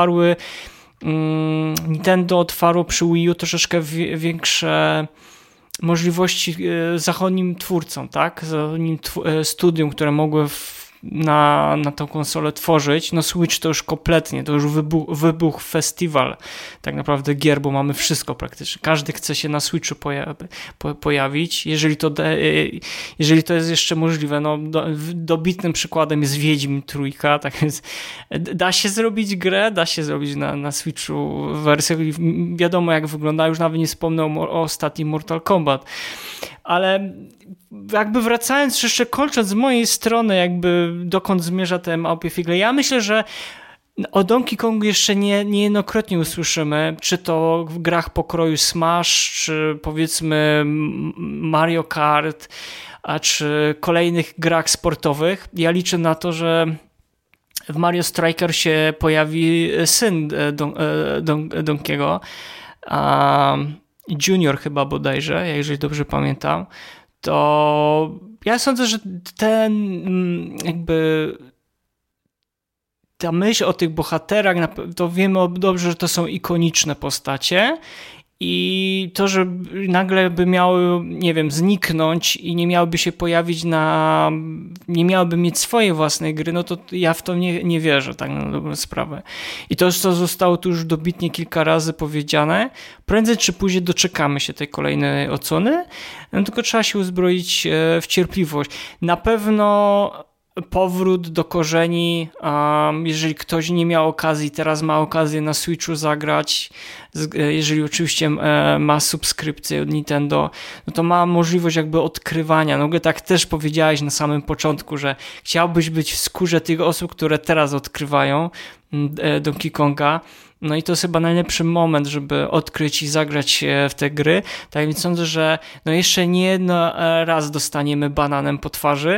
Nintendo otwarło przy Wii U troszeczkę większe możliwości zachodnim twórcom, tak? Zachodnim studium, które mogły na tą konsolę tworzyć. No Switch to już kompletnie, to już wybuch festiwal tak naprawdę gier, bo mamy wszystko praktycznie. Każdy chce się na Switchu pojawić, jeżeli to jest jeszcze możliwe. No, dobitnym przykładem jest Wiedźmin Trójka, tak więc da się zrobić grę, da się zrobić na Switchu wersję, wiadomo jak wygląda, już nawet nie wspomnę o ostatnim Mortal Kombat. Ale jakby wracając, jeszcze kończąc z mojej strony, jakby dokąd zmierza ten małpie figle, ja myślę, że o Donkey Kongu jeszcze niejednokrotnie usłyszymy, czy to w grach pokroju Smash, czy powiedzmy Mario Kart, a czy kolejnych grach sportowych. Ja liczę na to, że w Mario Striker się pojawi syn Donkiego, Junior chyba bodajże, jeżeli dobrze pamiętam, to ja sądzę, że ta myśl o tych bohaterach, to wiemy dobrze, że to są ikoniczne postacie i to, że nagle by miały, nie wiem, zniknąć i nie miałyby się pojawić nie miałyby mieć swojej własnej gry, no to ja w to nie wierzę, tak na dobrą sprawę. I to, co zostało tu już dobitnie kilka razy powiedziane, prędzej czy później doczekamy się tej kolejnej odsłony, no tylko trzeba się uzbroić w cierpliwość. Na pewno powrót do korzeni, jeżeli ktoś nie miał okazji, teraz ma okazję na Switchu zagrać, jeżeli oczywiście ma subskrypcję od Nintendo, no to ma możliwość jakby odkrywania. No tak też powiedziałeś na samym początku, że chciałbyś być w skórze tych osób, które teraz odkrywają Donkey Konga. No i to jest chyba najlepszy moment, żeby odkryć i zagrać w te gry. Tak więc sądzę, że no jeszcze nie jedno raz dostaniemy bananem po twarzy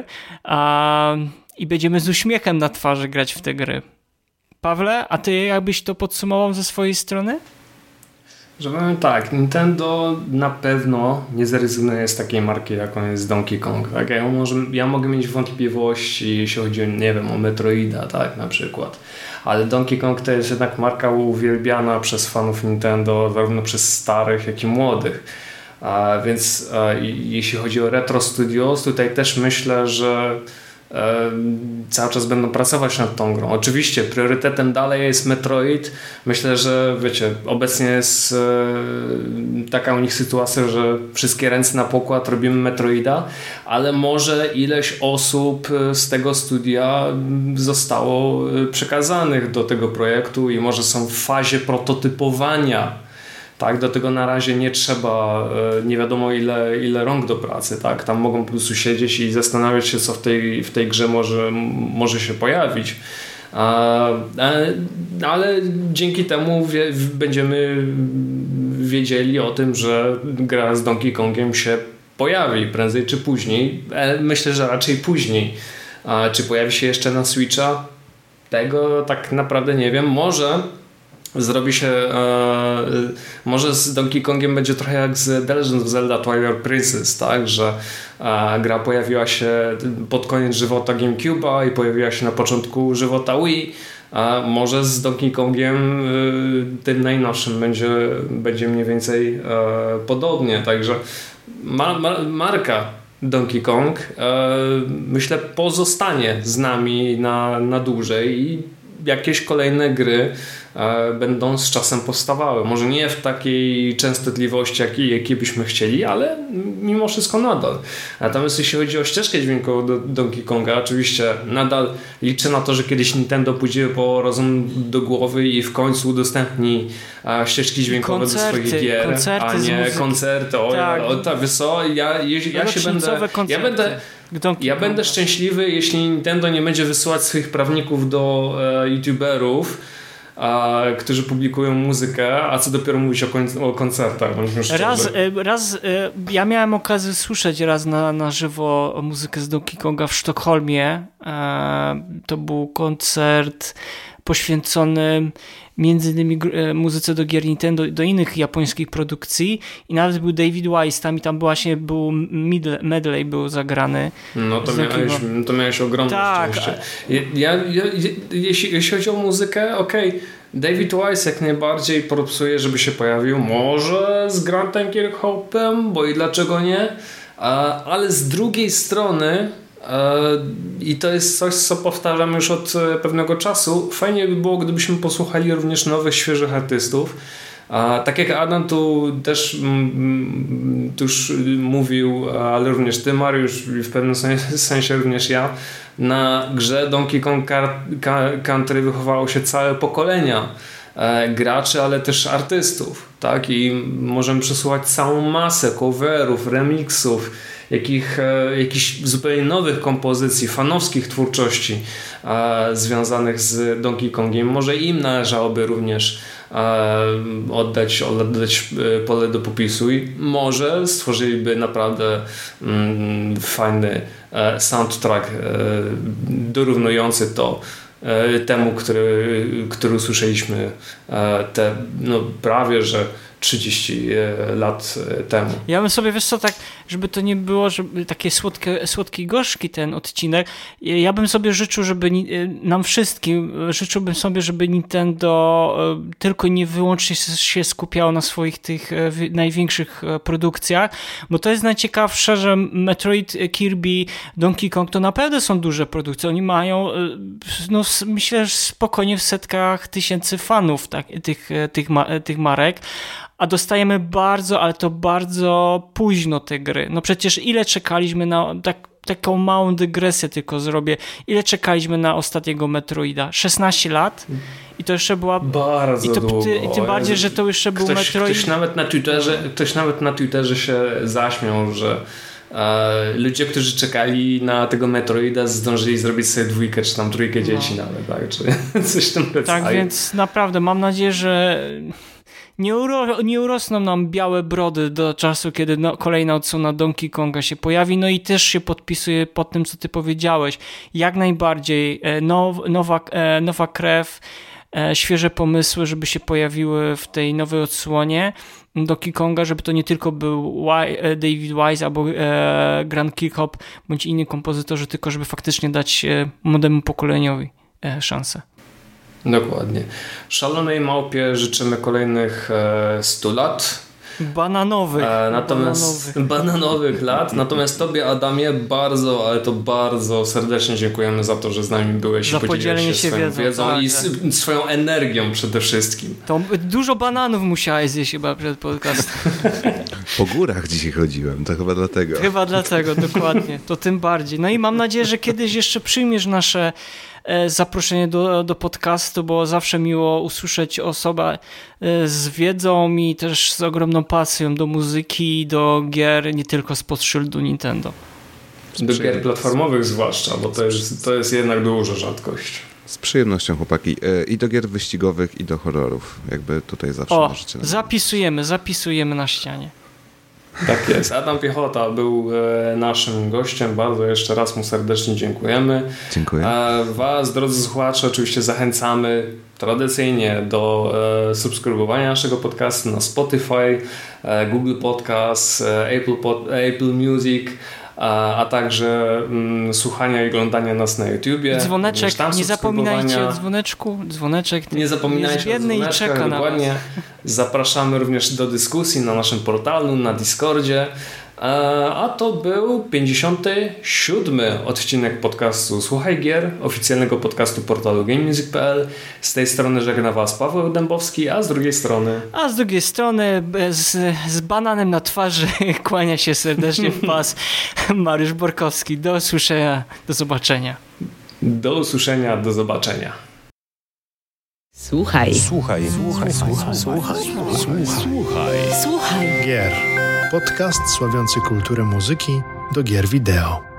i będziemy z uśmiechem na twarzy grać w te gry. Pawle, a ty jakbyś to podsumował ze swojej strony? Że powiem tak, Nintendo na pewno nie zrezygnuje z takiej marki, jaką jest Donkey Kong. Tak? Ja mogę mieć wątpliwości, jeśli chodzi o, nie wiem, o Metroida, tak, na przykład. Ale Donkey Kong to jest jednak marka uwielbiana przez fanów Nintendo, zarówno przez starych, jak i młodych. Więc jeśli chodzi o Retro Studios, tutaj też myślę, że cały czas będą pracować nad tą grą. Oczywiście priorytetem dalej jest Metroid. Myślę, że wiecie, obecnie jest taka u nich sytuacja, że wszystkie ręce na pokład robimy Metroida, ale może ileś osób z tego studia zostało przekazanych do tego projektu i może są w fazie prototypowania. Tak, do tego na razie nie trzeba nie wiadomo ile rąk do pracy, tak? Tam mogą po prostu siedzieć i zastanawiać się, co w tej grze może się pojawić. Ale dzięki temu będziemy wiedzieli o tym, że gra z Donkey Kongiem się pojawi prędzej czy później. Myślę, że raczej później. Czy pojawi się jeszcze na Switcha? Tego tak naprawdę nie wiem. Zrobi się, może z Donkey Kongiem będzie trochę jak z The Legend of Zelda Twilight Princess, tak, że gra pojawiła się pod koniec żywota GameCube'a i pojawiła się na początku żywota Wii, a może z Donkey Kongiem tym najnowszym będzie mniej więcej podobnie, także marka Donkey Kong myślę pozostanie z nami na dłużej i jakieś kolejne gry będą z czasem powstawały. Może nie w takiej częstotliwości, jakiej byśmy chcieli, ale mimo wszystko nadal. Natomiast jeśli chodzi o ścieżkę dźwiękową do Donkey Konga, oczywiście nadal liczę na to, że kiedyś Nintendo pójdzie po rozum do głowy i w końcu udostępni ścieżki dźwiękowe do swoich gier, a nie koncerty. Ja będę szczęśliwy, jeśli Nintendo nie będzie wysyłać swoich prawników do youtuberów, którzy publikują muzykę, a co dopiero mówić o koncertach. Ja miałem okazję słyszeć raz na żywo muzykę z Donkey Konga w Sztokholmie. To był koncert poświęcony między innymi muzyce do gier Nintendo, do innych japońskich produkcji i nawet był David Wise, tam właśnie był medley był zagrany. No to miałeś ogromne szczęście. Jeśli chodzi o muzykę, okej. David Wise jak najbardziej propsuje, żeby się pojawił. Może z Grantem Kirkhope'em, bo i dlaczego nie? Ale z drugiej strony i to jest coś, co powtarzam już od pewnego czasu, fajnie by było, gdybyśmy posłuchali również nowych, świeżych artystów. Tak jak Adam tu też już mówił, ale również ty, Mariusz, i w pewnym sensie również ja, na grze Donkey Kong Country wychowało się całe pokolenia graczy, ale też artystów, tak? I możemy przesłuchać całą masę coverów, remixów, jakichś zupełnie nowych kompozycji, fanowskich twórczości związanych z Donkey Kongiem. Może im należałoby również oddać pole do popisu i może stworzyliby naprawdę fajny soundtrack dorównujący to temu, który usłyszeliśmy prawie że 30 lat temu. Ja bym sobie, wiesz co, tak, żeby to nie było takie słodki i gorzki ten odcinek, ja bym sobie życzył, żeby nam wszystkim, życzyłbym sobie, żeby Nintendo tylko nie wyłącznie się skupiało na swoich tych największych produkcjach, bo to jest najciekawsze, że Metroid, Kirby, Donkey Kong to naprawdę są duże produkcje. Oni mają, no myślę, że spokojnie w setkach tysięcy fanów tych marek, a dostajemy bardzo, ale to bardzo późno te gry. No przecież ile czekaliśmy na taką małą dygresję tylko zrobię. Ile czekaliśmy na ostatniego Metroida? 16 lat? I to jeszcze była... Bardzo długo. I tym bardziej, że to jeszcze był Metroid... Ktoś nawet na Twitterze się zaśmiał, że ludzie, którzy czekali na tego Metroida, zdążyli zrobić sobie 2 czy tam 3 dzieci nawet, tak? Czy coś tam tak, więc naprawdę mam nadzieję, że nie urosną nam białe brody do czasu, kiedy kolejna odsłona Donkey Konga się pojawi. No i też się podpisuję pod tym, co ty powiedziałeś. Jak najbardziej nowa krew, świeże pomysły, żeby się pojawiły w tej nowej odsłonie Donkey Konga, żeby to nie tylko był David Wise albo Grant Kirkhope bądź inni kompozytorzy, tylko żeby faktycznie dać młodemu pokoleniowi szansę. Dokładnie. Szalonej Małpie życzymy kolejnych 100 lat. Bananowych lat. Natomiast tobie, Adamie, bardzo, ale to bardzo serdecznie dziękujemy za to, że z nami byłeś i podzieliłeś się swoją wiedzą tak, i swoją energią przede wszystkim. To dużo bananów musiałeś zjeść chyba przed podcastem. Po górach dzisiaj chodziłem, to chyba dlatego. Chyba dlatego, dokładnie. To tym bardziej. No i mam nadzieję, że kiedyś jeszcze przyjmiesz nasze zaproszenie do podcastu, bo zawsze miło usłyszeć osobę z wiedzą i też z ogromną pasją do muzyki i do gier, nie tylko spod szyldu Nintendo. Do gier platformowych zwłaszcza, bo to jest jednak duża rzadkość. Z przyjemnością, chłopaki. I do gier wyścigowych, i do horrorów. Jakby tutaj zawsze możecie... Zapisujemy na ścianie. Tak jest. Adam Piechota był naszym gościem. Bardzo jeszcze raz mu serdecznie dziękujemy. Dziękuję. Was, drodzy słuchacze, oczywiście zachęcamy tradycyjnie do subskrybowania naszego podcastu na Spotify, Google Podcast, Apple Music, a także słuchania i oglądania nas na YouTubie. Dzwoneczek, nie zapominajcie o dzwoneczku. Dzwoneczek nie zapominajcie o dzwoneczkach, i czeka dokładnie. Zapraszamy również do dyskusji na naszym portalu, na Discordzie. A to był 57. odcinek podcastu Słuchaj Gier, oficjalnego podcastu portalu GameMusic.pl. Z tej strony żegna Was Paweł Dębowski, a z drugiej strony z bananem na twarzy kłania się serdecznie w pas Mariusz Borkowski. Do usłyszenia, do zobaczenia. Do usłyszenia, do zobaczenia. Słuchaj Gier. Podcast sławiący kulturę muzyki do gier wideo.